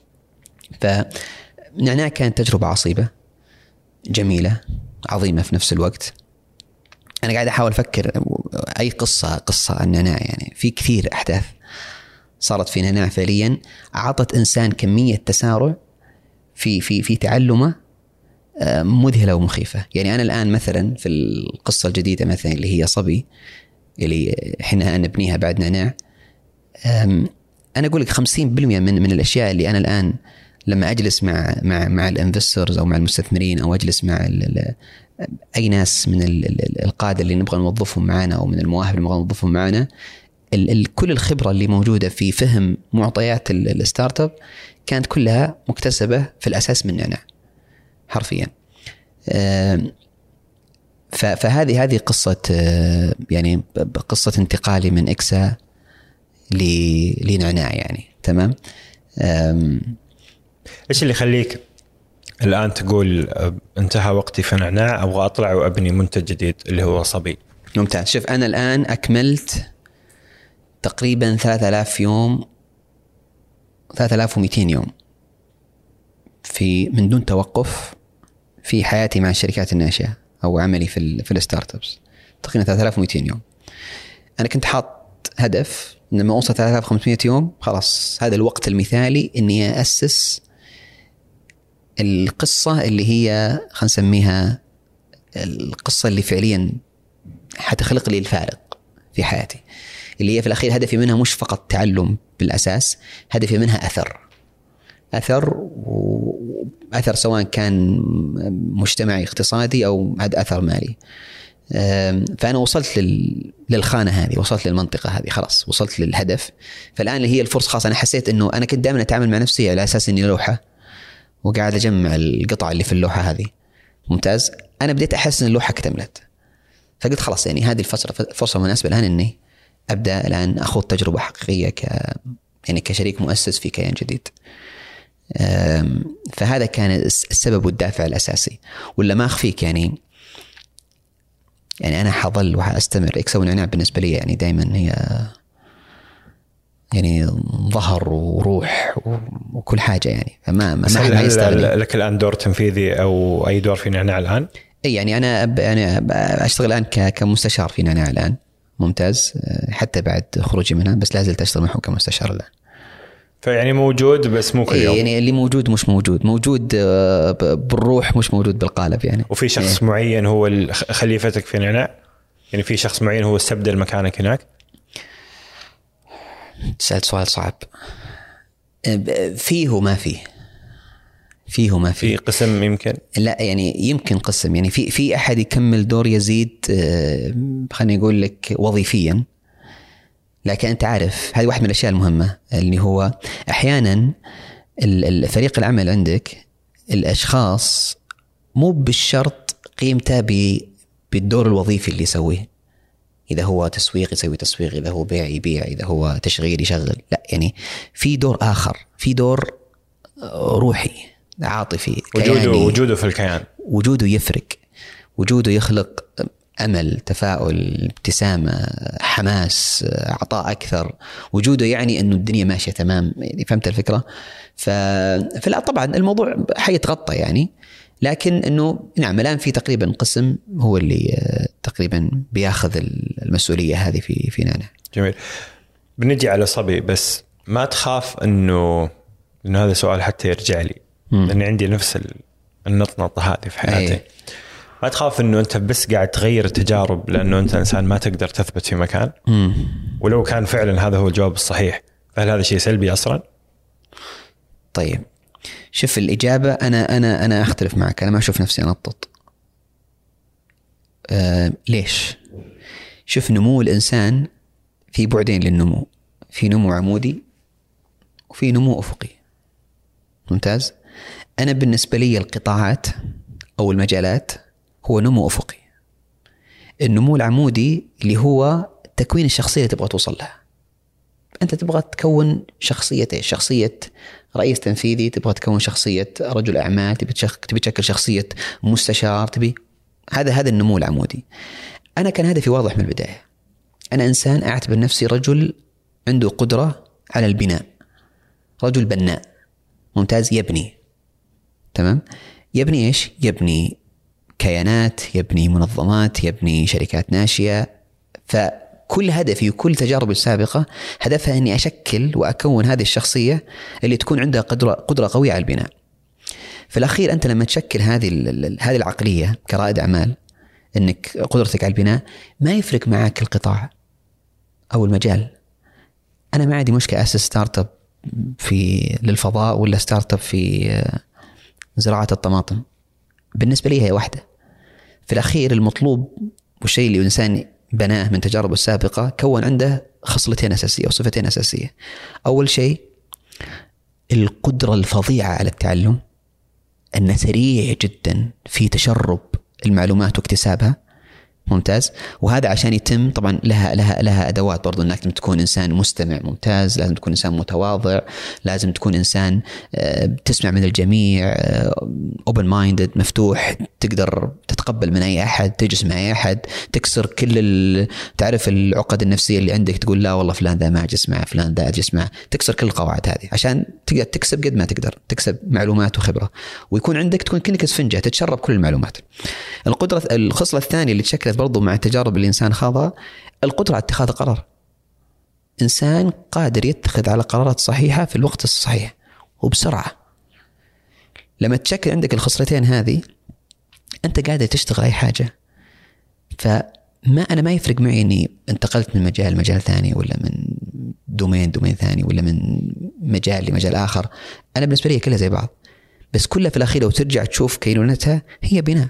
فنعناع كانت تجربة عصيبة جميلة عظيمة في نفس الوقت. أنا قاعد أحاول أفكر أي قصة قصة النعناع، يعني في كثير أحداث صارت في نعناع فعليا أعطت إنسان كمية تسارع في في في تعلمه مذهلة ومخيفة. يعني أنا الآن مثلا في القصة الجديدة مثلا اللي هي صبي اللي إحنا نبنيها بعد نعناع، أنا أقول لك خمسين بالمئة من من الأشياء اللي أنا الآن لما أجلس مع مع مع الانفسترز أو مع المستثمرين أو أجلس مع أي ناس من القادة اللي نبغى نوظفهم معنا أو من المواهب اللي نبغى نوظفهم معنا، كل الخبرة اللي موجودة في فهم معطيات الستارت اب كانت كلها مكتسبة في الأساس من نعناع حرفيا. فهذه هذه قصة يعني قصة انتقالي من إكسا لنعناع يعني. تمام. إيش اللي يخليك الآن تقول انتهى وقتي في نعناع أبغى أطلع وأبني منتج جديد اللي هو صبي؟ ممتاز. شوف أنا الآن أكملت تقريبا ثلاثة آلاف يوم، ثلاثة آلاف ومئتين يوم في من دون توقف في حياتي مع الشركات الناشئة أو عملي في في الستارت ابس، تقريبا ثلاثة آلاف ومئتين يوم. أنا كنت حاط هدف لما أوصل ثلاثة آلاف وخمسمائة يوم خلاص هذا الوقت المثالي إني أسس القصة اللي هي خلينا نسميها القصة اللي فعليا حتخلق لي الفارق في حياتي، اللي هي في الأخير هدفي منها مش فقط تعلم بالأساس، هدفي منها أثر أثر وأثر سواء كان مجتمعي اقتصادي أو أثر مالي. فأنا وصلت للخانة هذه، وصلت للمنطقة هذه، خلاص وصلت للهدف. فالآن اللي هي الفرصة خلاص أنا حسيت أنه أنا كنت دائما أتعامل مع نفسي على أساس أني لوحة وقاعد أجمع القطع اللي في اللوحة هذه. ممتاز. أنا بديت أحس أن اللوحة اكتملت، فقلت خلاص يعني هذه الفترة فرصة مناسبة الآن أني أبدأ الآن أخوض تجربة حقيقية ك يعني كشريك مؤسس في كيان جديد. فهذا كان السبب والدافع الأساسي. ولا ما أخفيك يعني يعني أنا حظل وحأستمر. إكسا ونعناع بالنسبة لي يعني دائما هي يعني ظهر وروح وكل حاجة يعني. فما ما هل هل لك الآن دور تنفيذي أو أي دور في نعناع الآن؟ أي يعني أنا يعني أشتغل الآن كمستشار في نعناع الآن. ممتاز. حتى بعد خروجي منها بس لازلت أشتغل معهم كمستشار الآن. فيعني موجود بس مو كل يوم. يعني اللي موجود مش موجود، موجود بالروح مش موجود بالقالب يعني. وفي شخص يعني معين هو خليفتك في نعناع، يعني في شخص معين هو استبدل مكانك هناك؟ سألت سؤال صعب. فيه وما فيه، فيه وما فيه. في قسم يمكن لا يعني يمكن قسم يعني في في أحد يكمل دور يزيد خليني أقول لك وظيفيا، لكن أنت عارف هذه واحد من الأشياء المهمة اللي هو أحيانا الفريق العمل عندك الأشخاص مو بالشرط قيمته بالدور الوظيفي اللي يسويه. إذا هو تسويق يسوي تسويق، إذا هو بيع يبيع، إذا هو تشغيل يشغل. لا يعني في دور آخر، في دور روحي عاطفي، وجوده وجوده في الكيان، وجوده يفرق، وجوده يخلق أمل، تفاؤل، ابتسامة، حماس، عطاء أكثر. وجوده يعني أنه الدنيا ماشية تمام. يعني فهمت الفكرة؟ ف... فلا طبعا الموضوع حيتغطى يعني، لكن أنه نعم الآن في تقريبا قسم هو اللي تقريبا بياخذ المسؤولية هذه في في نعناع. جميل. بنجي على صبي، بس ما تخاف أنه إنه هذا سؤال حتى يرجع لي، لأن عندي نفس النطنطة هذه في حياتي. أي. ما تخاف إنه أنت بس قاعد تغير التجارب لأنه أنت إنسان ما تقدر تثبت في مكان؟ مم. ولو كان فعلا هذا هو الجواب الصحيح، فهل هذا شيء سلبي أصلا؟ طيب شوف الإجابة، أنا أنا أنا أختلف معك، أنا ما أشوف نفسي أنطط. أه ليش؟ شوف نمو الإنسان في بعدين للنمو، في نمو عمودي وفي نمو أفقي. ممتاز. أنا بالنسبة لي القطاعات أو المجالات هو نمو أفقي. النمو العمودي اللي هو تكوين الشخصية اللي تبغى توصل لها. أنت تبغى تكون شخصية إيش؟ شخصية رئيس تنفيذي، تبغى تكون شخصية رجل أعمال، تبي تبي تشكل شخصية مستشار، تبي هذا هذا النمو العمودي. أنا كان هدفي واضح من البداية، أنا إنسان أعتبر نفسي رجل عنده قدرة على البناء، رجل بناء. ممتاز. يبني. تمام. يبني إيش؟ يبني كيانات، يبني منظمات، يبني شركات ناشئة. فكل هدفي وكل تجاربي السابقة هدفها أني أشكل وأكون هذه الشخصية اللي تكون عندها قدرة قدرة قوية على البناء. في الأخير أنت لما تشكل هذه هذه العقلية كرائد أعمال، أنك قدرتك على البناء، ما يفرق معك القطاع أو المجال. أنا ما عندي مشكلة أسس ستارت اب في للفضاء ولا ستارت اب في زراعة الطماطم، بالنسبة لي هي واحدة. في الأخير المطلوب والشيء اللي الإنسان بناه من تجاربه السابقة كون عنده خصلتين أساسية أو صفتين أساسية. أول شيء القدرة الفظيعة على التعلم، أنه سريع جدا في تشرب المعلومات واكتسابها. ممتاز. وهذا عشان يتم طبعا لها لها لها ادوات برضو، انك تكون انسان مستمع ممتاز، لازم تكون انسان متواضع، لازم تكون انسان تسمع من الجميع، open minded، مفتوح، تقدر تتقبل من اي احد، تجلس مع اي احد، تكسر كل تعرف العقد النفسيه اللي عندك، تقول لا والله فلان ذا ما اجلس معه، فلان ذا اجلس معه، تكسر كل القواعد هذه عشان تقدر تكسب قد ما تقدر تكسب معلومات وخبره، ويكون عندك تكون كأنك اسفنجه تتشرب كل المعلومات. القدره الخصله الثانيه اللي تشكلت برضو مع التجارب اللي الإنسان خاضها، القدرة على اتخاذ قرار. إنسان قادر يتخذ على قرارات صحيحة في الوقت الصحيح وبسرعة. لما تشكل عندك الخصلتين هذه أنت قادر تشتغل أي حاجة. فما أنا ما يفرق معي أني انتقلت من مجال مجال ثاني، ولا من دومين دومين ثاني، ولا من مجال لمجال آخر. أنا بالنسبة لي كلها زي بعض، بس كلها في الأخير لو ترجع تشوف كينونتها هي بناء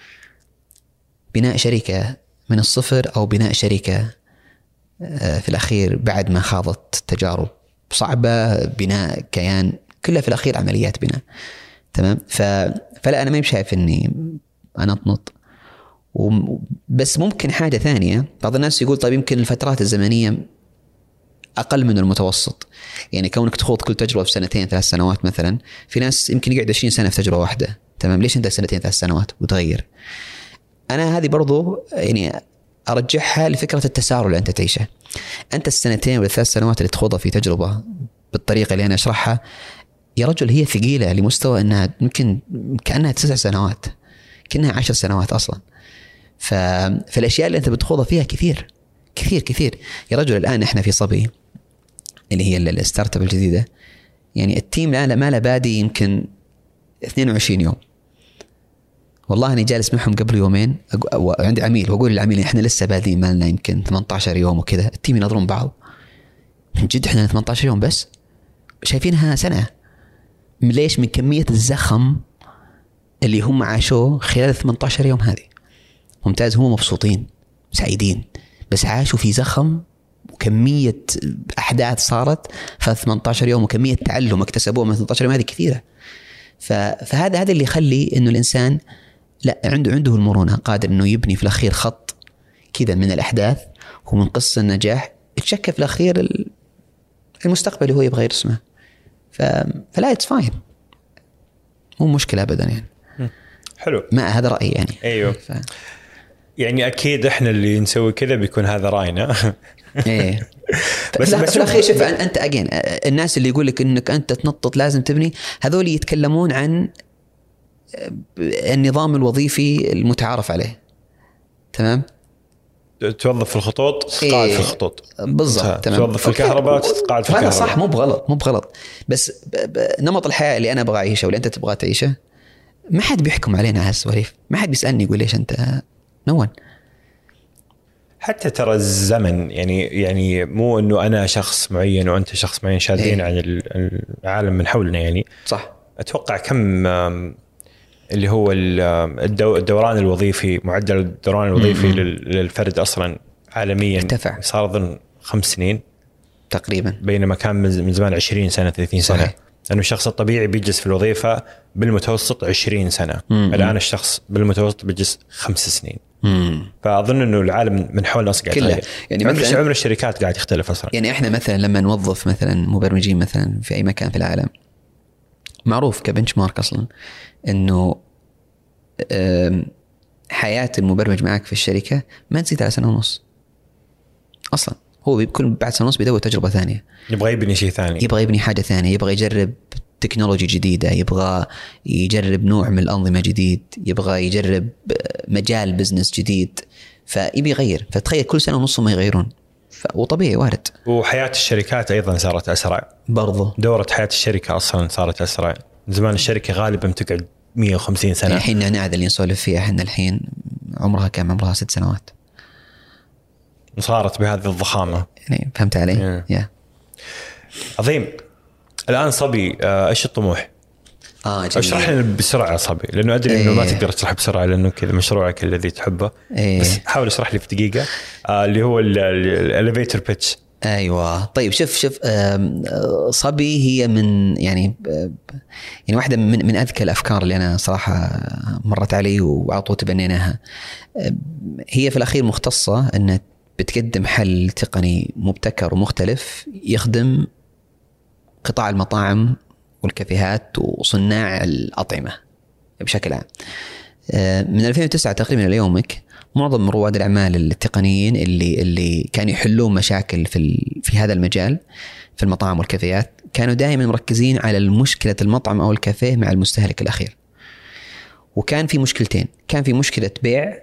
بناء شركة من الصفر، أو بناء شركة في الأخير بعد ما خاضت تجارب صعبة، بناء كيان، كلها في الأخير عمليات بناء. تمام. ف... فلا أنا ما شايف إني أنا أطنط. بس ممكن حاجة ثانية، بعض الناس يقول طيب يمكن الفترات الزمنية أقل من المتوسط، يعني كونك تخوض كل تجربة في سنتين ثلاث سنوات مثلا، في ناس يمكن يقعد عشرين سنة في تجربة واحدة. تمام. ليش أنت سنتين ثلاث سنوات وتغير؟ أنا هذه برضو يعني أرجحها لفكرة التسارع اللي أنت تعيشه. أنت السنتين ولا ثلاث سنوات اللي تخوضها في تجربة بالطريقة اللي أنا أشرحها، يا رجل هي ثقيلة لمستوى أنها ممكن كأنها تسع سنوات، كأنها عشر سنوات أصلا. ف... فالأشياء اللي أنت بتخوضها فيها كثير كثير كثير. يا رجل الآن إحنا في صبي اللي هي الستارت اب الجديدة، يعني التيم لا ما له بادي يمكن اثنين وعشرين يوم. والله أنا جالس معهم قبل يومين وعندي عميل وأقول للعميل إحنا لسه بادين ما لنا يمكن ثمانية عشر يوم وكذا. التيم ينظرون بعض من جد إحنا ثمانية عشر يوم بس شايفينها سنة. ليش؟ من كمية الزخم اللي هم عاشوه خلال ثمانية عشر يوم هذه. ممتاز، هم مبسوطين سعيدين بس عاشوا في زخم وكمية أحداث صارت في ثمانية عشر يوم وكمية تعلم اكتسبوه من ثمانية عشر يوم هذه كثيرة. فهذا هذا اللي يخلي إنه الإنسان لا عنده عنده المرونة، قادر إنه يبني في الأخير خط كذا من الأحداث ومن قصة النجاح يتشكل في الأخير المستقبل اللي هو يبغى يرسمه. فلا it's fine، مو مشكلة أبدا يعني. حلو، ما هذا رأيي يعني. أيوه ف... يعني أكيد إحنا اللي نسوي كذا بيكون هذا رأينا. إيه بس بس بس في الأخير شوف أنت أجين الناس اللي يقول لك إنك أنت تنطط لازم تبني، هذول يتكلمون عن النظام الوظيفي المتعارف عليه. تمام، توظف في الخطوط تقاعد في الخطوط بالضبط. تمام، توظف في الكهرباء تقاعد في الكهرباء. هذا صح، مو بغلط مو بغلط بس ب... ب... نمط الحياة اللي أنا أبغى أعيشه واللي أنت تبغى تعيشه ما حد بيحكم علينا على السواليف، ما حد بيسألني يقول ليش أنت نون. حتى ترى الزمن يعني يعني مو إنه أنا شخص معين وأنت شخص معين شاذين عن العالم من حولنا يعني. صح. أتوقع كم اللي هو الدوران الوظيفي، معدل الدوران الوظيفي للفرد أصلا عالميا ارتفع، صار أظن خمس سنين تقريبا، بينما كان من زمان عشرين سنة ثلاثين سنة. صحيح. لأنه الشخص الطبيعي بيجلس في الوظيفة بالمتوسط عشرين سنة، مم. الآن الشخص بالمتوسط بيجلس خمس سنين. مم. فأظن إنه العالم من حولنا أصلا قاعد يتغير. يعني مثلا عمر الشركات قاعد يختلف أصلا. يعني إحنا مثلا لما نوظف مثلا مبرمجين مثلا في أي مكان في العالم، معروف كبنش مارك أصلا إنه حياة المبرمج معك في الشركة ما تزيد على سنة ونص أصلا. هو بيكون بعد سنة ونص بيدور تجربة ثانية، يبغى يبني شيء ثاني، يبغى يبني حاجة ثانية، يبغى يجرب تكنولوجي جديدة، يبغى يجرب نوع من الأنظمة جديد، يبغى يجرب مجال بزنس جديد، فيبي يغير. فتخيل كل سنة ونص ما يغيرون، وطبيعي وارد. وحياة الشركات أيضا صارت أسرع برضو، دورة حياة الشركة أصلا صارت أسرع. زمان الشركة غالبا تقعد مية وخمسين سنة. يعني الحين نعناع اللي نسولف فيها احنا الحين عمرها كم؟ عمرها ست سنوات وصارت بهذه الضخامة. يعني فهمت علي؟ yeah. yeah. عظيم. الآن صبي، ايش الطموح؟ اه اشرح لنا بسرعة صبي، لأنه أدري إيه. إنه ما تقدر تشرح بسرعة لأنه كذا مشروعك الذي تحبه. إيه. بس حاول اشرح لي في دقيقة. آه اللي هو الاليفيتر بيتش. ايوه طيب شوف شوف صبي هي من يعني يعني واحده من من اذكى الافكار اللي انا صراحه مرت علي وعطوا تبنيناها. هي في الاخير مختصه ان بتقدم حل تقني مبتكر ومختلف يخدم قطاع المطاعم والكافيهات وصناع الاطعمه بشكل عام. من ألفين وتسعة تقريبا ليومك معظم رواد الأعمال التقنيين اللي اللي كانوا يحلون مشاكل في في هذا المجال في المطاعم والكافيهات كانوا دائما مركزين على المشكلة المطعم أو الكافيه مع المستهلك الأخير. وكان في مشكلتين، كان في مشكلة بيع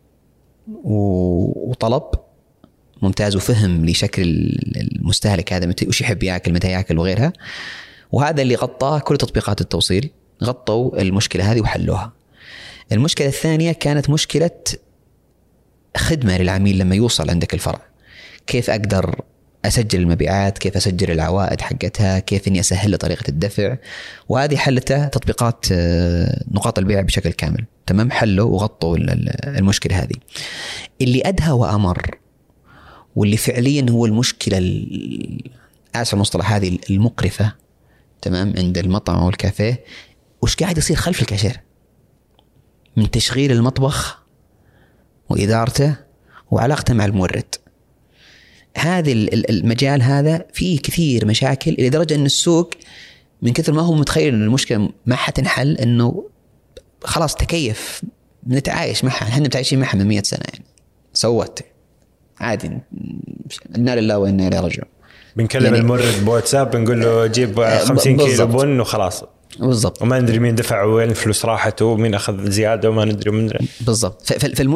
وطلب ممتاز وفهم لشكل المستهلك هذا متى وش يحب يأكل متى يأكل وغيرها. وهذا اللي غطاه كل تطبيقات التوصيل، غطوا المشكلة هذه وحلوها. المشكلة الثانية كانت مشكلة خدمة للعميل لما يوصل عندك الفرع، كيف أقدر أسجل المبيعات، كيف أسجل العوائد حقتها، كيف إني أسهل له طريقة الدفع. وهذه حلتها تطبيقات نقاط البيع بشكل كامل. تمام، حلوا وغطوا المشكلة هذه. اللي أدهى وأمر واللي فعليا هو المشكلة آسف المصطلح هذه المقرفة تمام عند المطعم أو الكافيه، وش قاعد يصير خلف الكاشير من تشغيل المطبخ وإدارته وعلاقته مع المورد. هذا المجال هذا فيه كثير مشاكل لدرجة أن السوق من كثر ما هو متخيل أن المشكلة ما حتنحل أنه خلاص تكيف نتعايش معها، احنا متعايشين معها من مئة سنة يعني. سوت عادي، إنا لله وإنا إليه راجعون. بنكلم يعني المورد بواتساب بنقول له جيب خمسين كيلو بن وخلاص بالضبط، وما ندري مين دفع وين الفلوس راحت ومين أخذ زيادة وما ندري من بالضبط.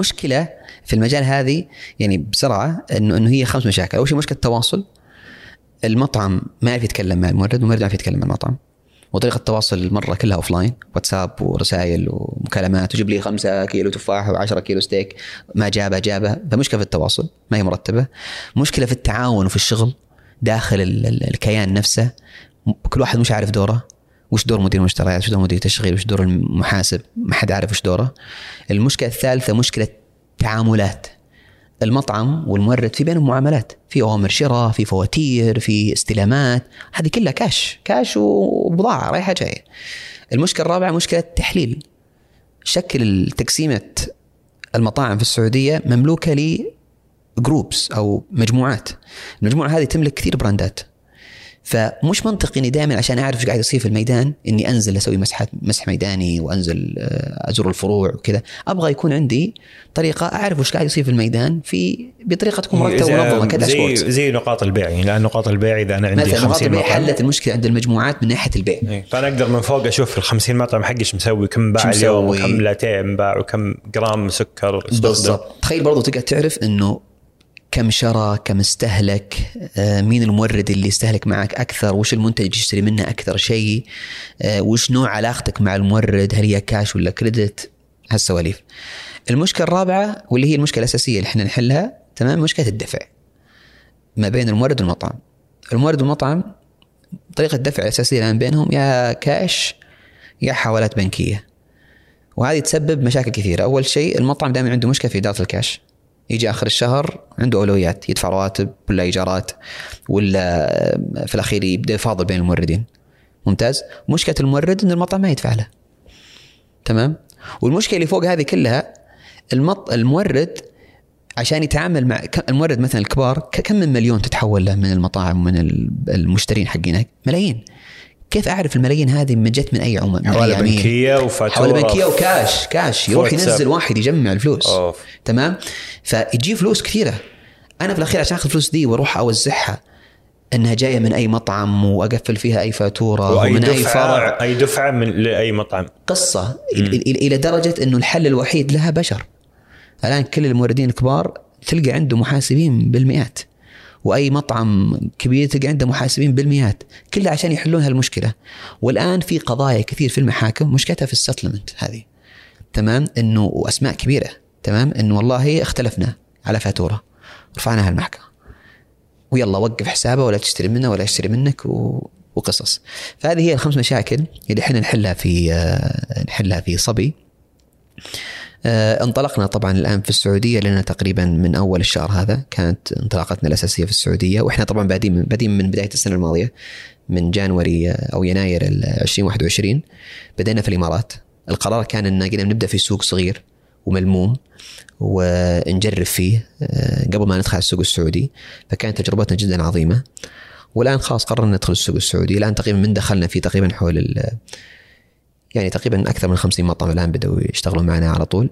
فالمشكلة في المجال هذه يعني بسرعة إنه إنه هي خمس مشاكل. أول شيء مشكلة التواصل، المطعم ما يعرف يتكلم مع المورد والمورد ما يعرف يتكلم مع المطعم، وطريقة التواصل مرة كلها أوفلاين، واتساب ورسائل ومكالمات، وجيب لي خمسة كيلو تفاح وعشرة كيلو ستيك، ما جابه جابه. فمشكلة في التواصل ما هي مرتبة، مشكلة في التعاون وفي الشغل داخل الكيان نفسه، كل واحد مش عارف دوره، وش دور مدير المشتريات، وش دور مدير التشغيل، وش دور المحاسب، ما حد عارف وش دوره. المشكلة الثالثة مشكلة تعاملات المطعم والمورد، في بينهم معاملات، في أوامر شراء، في فواتير، في استلامات، هذه كلها كاش كاش وبضاعة رايحة جاية. المشكلة الرابعة مشكلة تحليل. شكل تقسيمة المطاعم في السعودية مملوكة لجروبس أو مجموعات، المجموعة هذه تملك كثير براندات، فمش منطقي اني دائما عشان اعرف ايش قاعد يصير في الميدان اني انزل اسوي مسحات مسح ميداني وانزل ازور الفروع وكذا. ابغى يكون عندي طريقه اعرف ايش قاعد يصير في الميدان في بطريقه تكون مرتبه ومنظمه كذا. زي زي نقاط البيع، يعني لان نقاط البيع اذا انا عندي خمسين مطعم حلت المشكله عند المجموعات من ناحيه البيع، إيه. فانا اقدر من فوق اشوف ال خمسين مطعم حقش مسوي كم باع اليوم وكم لاتيه باع وكم جرام سكر بالضبط. تخيل برضو تقدر تعرف انه كم شرى، كم استهلك، مين المورد اللي استهلك معك أكثر، وش المنتج اللي يشتري منه أكثر شيء، وش نوع علاقتك مع المورد، هل هي كاش ولا كريدت، هالسواليف. المشكلة الرابعة واللي هي المشكلة الأساسية اللي احنا نحلها تمام، مشكلة الدفع ما بين المورد والمطعم. المورد والمطعم طريقة الدفع الأساسية الآن بينهم يا كاش يا حوالات بنكية، وهذه تسبب مشاكل كثيرة. أول شيء المطعم دائما عنده مشكلة في إدارة الكاش، يجي آخر الشهر عنده أولويات، يدفع رواتب ولا إيجارات ولا في الأخير يبدأ يفاضل بين الموردين. ممتاز. مشكلة المورد إن المطعم ما يدفع له، تمام. والمشكلة اللي فوق هذه كلها المط... المورد عشان يتعامل مع المورد مثلا الكبار، كم من مليون تتحول له من المطاعم ومن المشترين حقينك، ملايين. كيف أعرف الملايين هذه من جت من أي عمل؟ حوالي بنكية وفاتورة، حوالي بنكية وكاش كاش يروح ينزل واحد يجمع الفلوس. أوف. تمام. فيجي فلوس كثيرة، أنا في الأخير عشان أخذ فلوس دي وأروح أوزعها أنها جاية من أي مطعم وأقفل فيها أي فاتورة ومن أي فرع، أي دفعة من لأي مطعم، قصة م. إلى درجة أنه الحل الوحيد لها بشر. الآن كل الموردين الكبار تلقى عنده محاسبين بالمئات، وأي مطعم كبير تلقى عنده محاسبين بالمئات، كلها عشان يحلون هالمشكلة. والآن في قضايا كثير في المحاكم مشكلتها في السيتلمنت هذه، تمام، إنه أسماء كبيرة، تمام، إنه والله اختلفنا على فاتورة رفعناها المحكمة ويلا وقف حسابه ولا تشتري منه ولا يشتري منك و... وقصص. فهذه هي الخمس مشاكل اللي احنا نحلها في نحلها في صبي. انطلقنا طبعا الآن في السعودية لنا تقريبا من أول الشهر هذا كانت انطلاقتنا الأساسية في السعودية، وإحنا طبعا بادين من بادين من بداية السنة الماضية من جانوري أو يناير عشرين واحد وعشرين بدأنا في الإمارات. القرار كان إن قلنا نبدأ في سوق صغير وملموم ونجرب فيه قبل ما ندخل السوق السعودي، فكانت تجربتنا جدا عظيمة. والآن خلاص قررنا ندخل السوق السعودي. الآن تقريبا من دخلنا فيه تقريبا حول يعني تقريبا أكثر من خمسين مطعم الآن بدأوا يشتغلوا معنا على طول،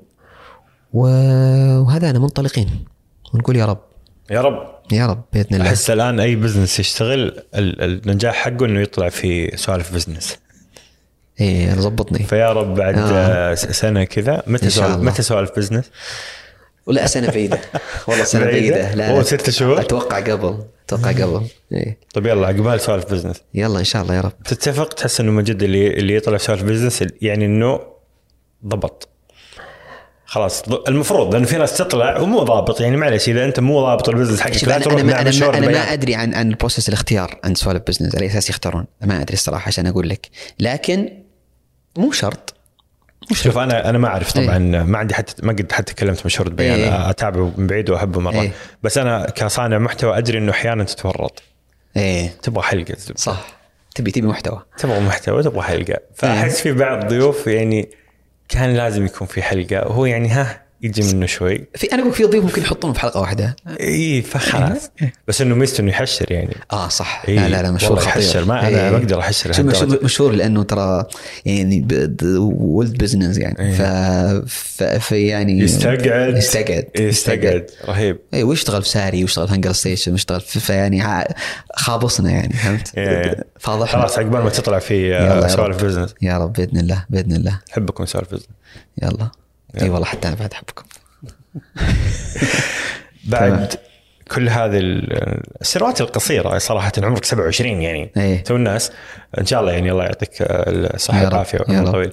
وهذا أنا منطلقين ونقول يا رب يا رب يا رب بإذن الله. أحس الآن أي بزنس يشتغل النجاح حقه إنه يطلع في سوالف بزنس. إيه رزبطني فيا رب بعد آه. سنة كذا متى سوالف متى سوالف بزنس؟ ولا سنة بعيدة والله سنة بعيدة. لا هو ستة شهور أتوقع قبل أتوقع قبل إيه. طب يلا عقبال سوالف بزنس يلا إن شاء الله يا رب. تتفق تحس إنه مجد اللي اللي يطلع سوالف بزنس يعني إنه ضبط خلاص المفروض، لأن في ناس تطلع ومو ضابط، يعني معلش إذا أنت مو ضابط البزنس حقك لا تروح أنا, أنا, أنا, أنا ما أدري عن عن البروسيس الاختيار عند سوالف بزنس على أساس يختارون، ما أدري الصراحة عشان أقول لك، لكن مو شرط. شوف أنا أنا ما أعرف طبعا إيه؟ ما عندي حتى ما قد حتى تكلمت مشهور بيان إيه؟ أتابعه من بعيد وأحبه مرة إيه؟ بس أنا كصانع محتوى أدري إنه أحيانا تتورط إيه؟ تبغى حلقة صح، تبي تبي محتوى تبغى محتوى تبغى حلقة. فأحس في بعض ضيوف يعني كان لازم يكون في حلقة وهو يعني ها يجي منه شوي. في أنا أقول في ضيوف ممكن يحطونه في حلقة واحدة إيه فخلاص إيه؟ بس إنه ميزته إنه يحشر يعني آه صح إيه؟ لا لا لا مشهور يحشر ما أنا ما أقدر أحشر مشهور, مشهور لأنه ترى يعني ولد بزنس يعني إيه؟ ف... ف يعني يستقعد يستقعد يستقعد رهيب إيه ويشتغل في ساري ويشتغل في هنجر ستيشن ويشتغل في يعني خابصنا يعني فهمت إيه؟ فاضح خلاص عقبال ما تطلع في سوالف بزنس يا رب بإذن الله بإذن الله. أحبكم سوالف بزنس يلا اي والله حتى انا بعد احبكم. بعد كل هذه السنوات القصيره صراحه، عمرك سبعة وعشرين يعني أيه. تو الناس ان شاء الله يعني الله يعطيك الصحه والعافيه والعمر طويل.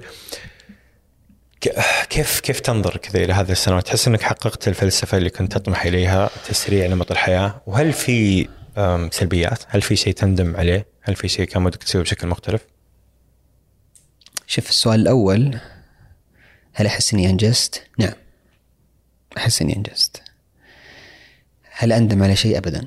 كيف كيف تنظر كذا الى هذه السنوات؟ تحس انك حققت الفلسفه اللي كنت تطمح اليها، تسريع نمط الحياه؟ وهل في سلبيات؟ هل في شيء تندم عليه؟ هل في شيء كان ودك تسويه بشكل مختلف؟ شوف السؤال الاول، هل احس اني انجزت؟ نعم احس اني انجزت. هل أندم على شيء؟ أبدا،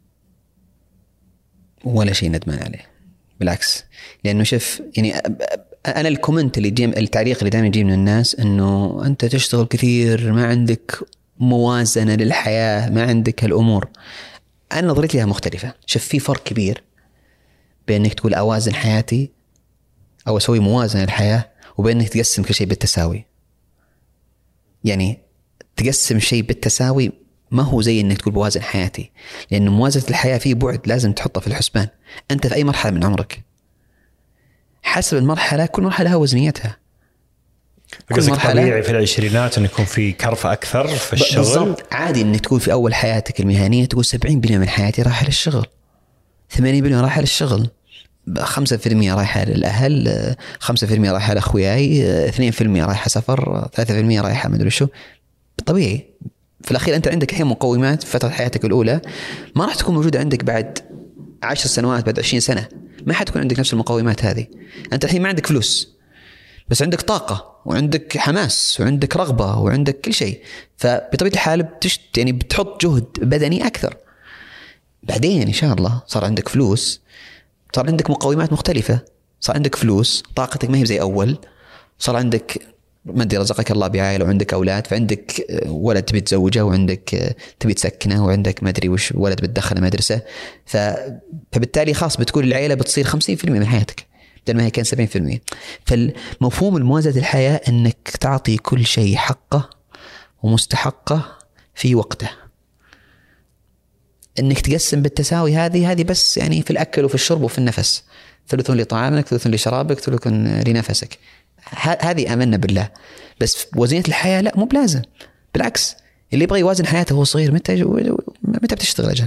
ولا شيء ندمان عليه، بالعكس. لأنه شوف يعني أنا الكومنت اللي يجي، التعليق اللي دائما يجي من الناس إنه أنت تشتغل كثير، ما عندك موازنة للحياة، ما عندك هالأمور. أنا نظرتي لها مختلفة. شوف في فرق كبير بين إنك تقول أوازن حياتي أو أسوي موازنة للحياة، وبين إنك تقسم كل شيء بالتساوي. يعني تقسم شيء بالتساوي ما هو زي انك تقول بوازن حياتي، لأن موازنة الحياة فيه بعد لازم تحطه في الحسبان. انت في اي مرحلة من عمرك، حسب المرحلة، كل مرحلة لها وزنيتها. كل مرحلة طبيعي في العشرينات ان يكون في كرفة اكثر في الشغل. بالضبط، عادي انك تقول في اول حياتك المهنية تقول سبعين بالمئة من حياتي رايحة للشغل، ثمانين بالمئة رايحة للشغل، خمسة بالمئة رايحة للأهل، خمسة بالمئة رايحة لأخوياي، اثنين بالمئة رايحة سفر، ثلاثة بالمئة رايحة ما أدري شو. طبيعي في الأخير أنت عندك الحين مقومات في فترة حياتك الأولى ما راح تكون موجودة عندك بعد عشر سنوات، بعد عشرين سنة ما حتكون عندك نفس المقومات هذه. أنت الحين ما عندك فلوس، بس عندك طاقة وعندك حماس وعندك رغبة وعندك كل شيء، فبطبيعة الحال بتشت يعني بتحط جهد بدني أكثر. بعدين إن شاء الله صار عندك فلوس، صار عندك مقومات مختلفة، صار عندك فلوس، طاقتك ما هي زي أول، صار عندك ما أدري رزقك الله بعائلة وعندك أولاد، فعندك ولد تبي تزوجه وعندك تبي تسكنه وعندك ما أدري وش ولد بتدخله مدرسة، ف... فبالتالي خاص بتكون العائلة بتصير خمسين بالمئة من حياتك بدل ما هي كان سبعين بالمئة. فالمفهوم الموازنة الحياة أنك تعطي كل شيء حقه ومستحقه في وقته، أنك تقسم بالتساوي. هذه هذه بس يعني في الأكل وفي الشرب وفي النفس، ثلث لطعامك، ثلث لشرابك، ثلث لنفسك. هذه آمنا بالله. بس وزنية الحياة لا، مو بلازم، بالعكس اللي يبغى يوازن حياته وهو صغير متى متى بتشتغل أجل.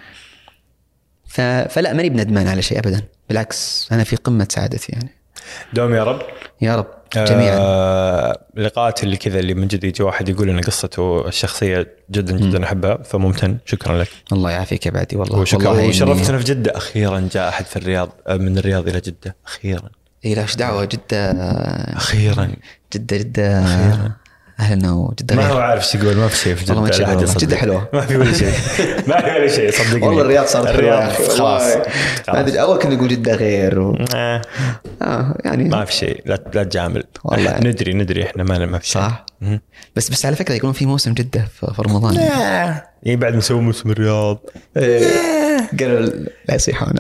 فلا ماني بندمان على شيء أبدا، بالعكس أنا في قمة سعادتي يعني. دوم يا رب يا رب جميعا. آه لقاءات اللي كذا اللي من جد يجي واحد يقول إن قصته الشخصية جدا جدا أحبها، فممتن. شكرا لك. الله يعافيك يا بعدي والله. وشكرا وشرفتنا في جدة. أخيرا جاء أحد في الرياض، من الرياض إلى جدة أخيرا. إيه لاش دعوة جدة أخيرا جدة جدة أخيرا. أهلا وجدة. ما هو عارف شو يقول، ما في شيء في جدة. جدة, جدة حلوة. ما في ولا شيء ما في ولا شيء صدقني. والله الرياض صارت الرياض خلاص. ما أدري أول كنا نقول جدة غير و... آه. آه يعني ما في شيء. لا لا تجامل. ندري ندري إحنا ما ما في شيء. صح. بس بس على فكرة يكون في موسم جدة في رمضان. إيه بعد نسوي موسم الرياض. قالوا لا يصيحونا.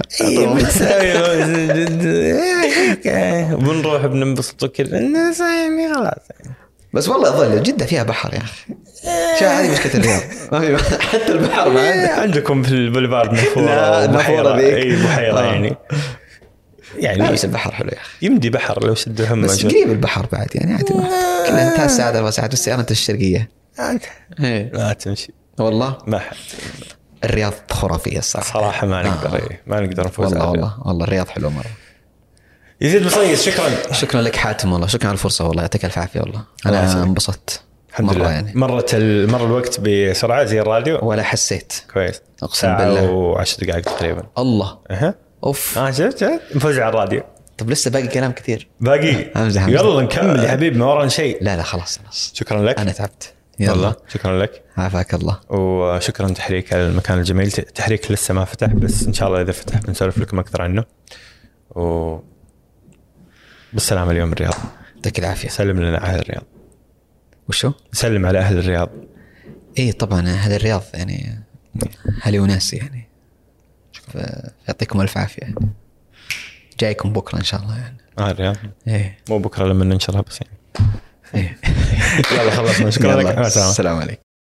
بنروح بننبسط كذا الناس يعني خلاص. بس والله أظل جدة فيها بحر يا أخي. شو هذه مشكلة الرياض؟ ما في حتى البحر ما عندك. عندكم في البوليفارد نافورة بحيرة. أي بحيرة يعني. يعني بس البحر حلو يا أخي. يمدي بحر لو سدوا هم. بس قريب البحر بعد يعني عادي. كلها انتهى الساعة أربع ساعات والسيارة الشرقية. ما تمشي. والله ما الرياض خرافية الصراحة. صراحة ما نقدر آه. ما نقدر نفوز. والله والله والله الرياض حلو مرة. يزيد مصيص شكرا. شكرا لك حاتم والله، شكرا على الفرصة والله يعطيك الف عافية والله. أنا انبسطت الحمد لله يعني. مرت المرة الوقت بسرعة زي الراديو ولا حسيت. كويس. أقسم بالله. وعشر دقائق تقريبا. الله. أها. أوف. آه شفت شفت نفوز على الراديو. طب لسه باقي كلام كثير. باقي. أمزح يلا نكمل يا حبيبي ما ورانا شيء. لا لا خلاص خلاص. شكرا لك. أنا تعبت. يلا شكرا لك. عافاك الله. وشكرا تحريك على المكان الجميل. تحريك لسه ما فتح بس إن شاء الله إذا فتح بنسولف لكم أكثر عنه. و بالسلامة اليوم الرياض. يعطيك العافية. سلم لنا أهل الرياض. وشو؟ سلم على أهل الرياض. إيه طبعا أهل الرياض يعني هلي وناس يعني. يعطيكم ألف عافية يعني. جايكم بكرة إن شاء الله يعني. أهل الرياض. إيه. مو بكرة لما ننشرها بس يعني. إيه. يلا خلصنا. شكرا لك. السلام عليكم.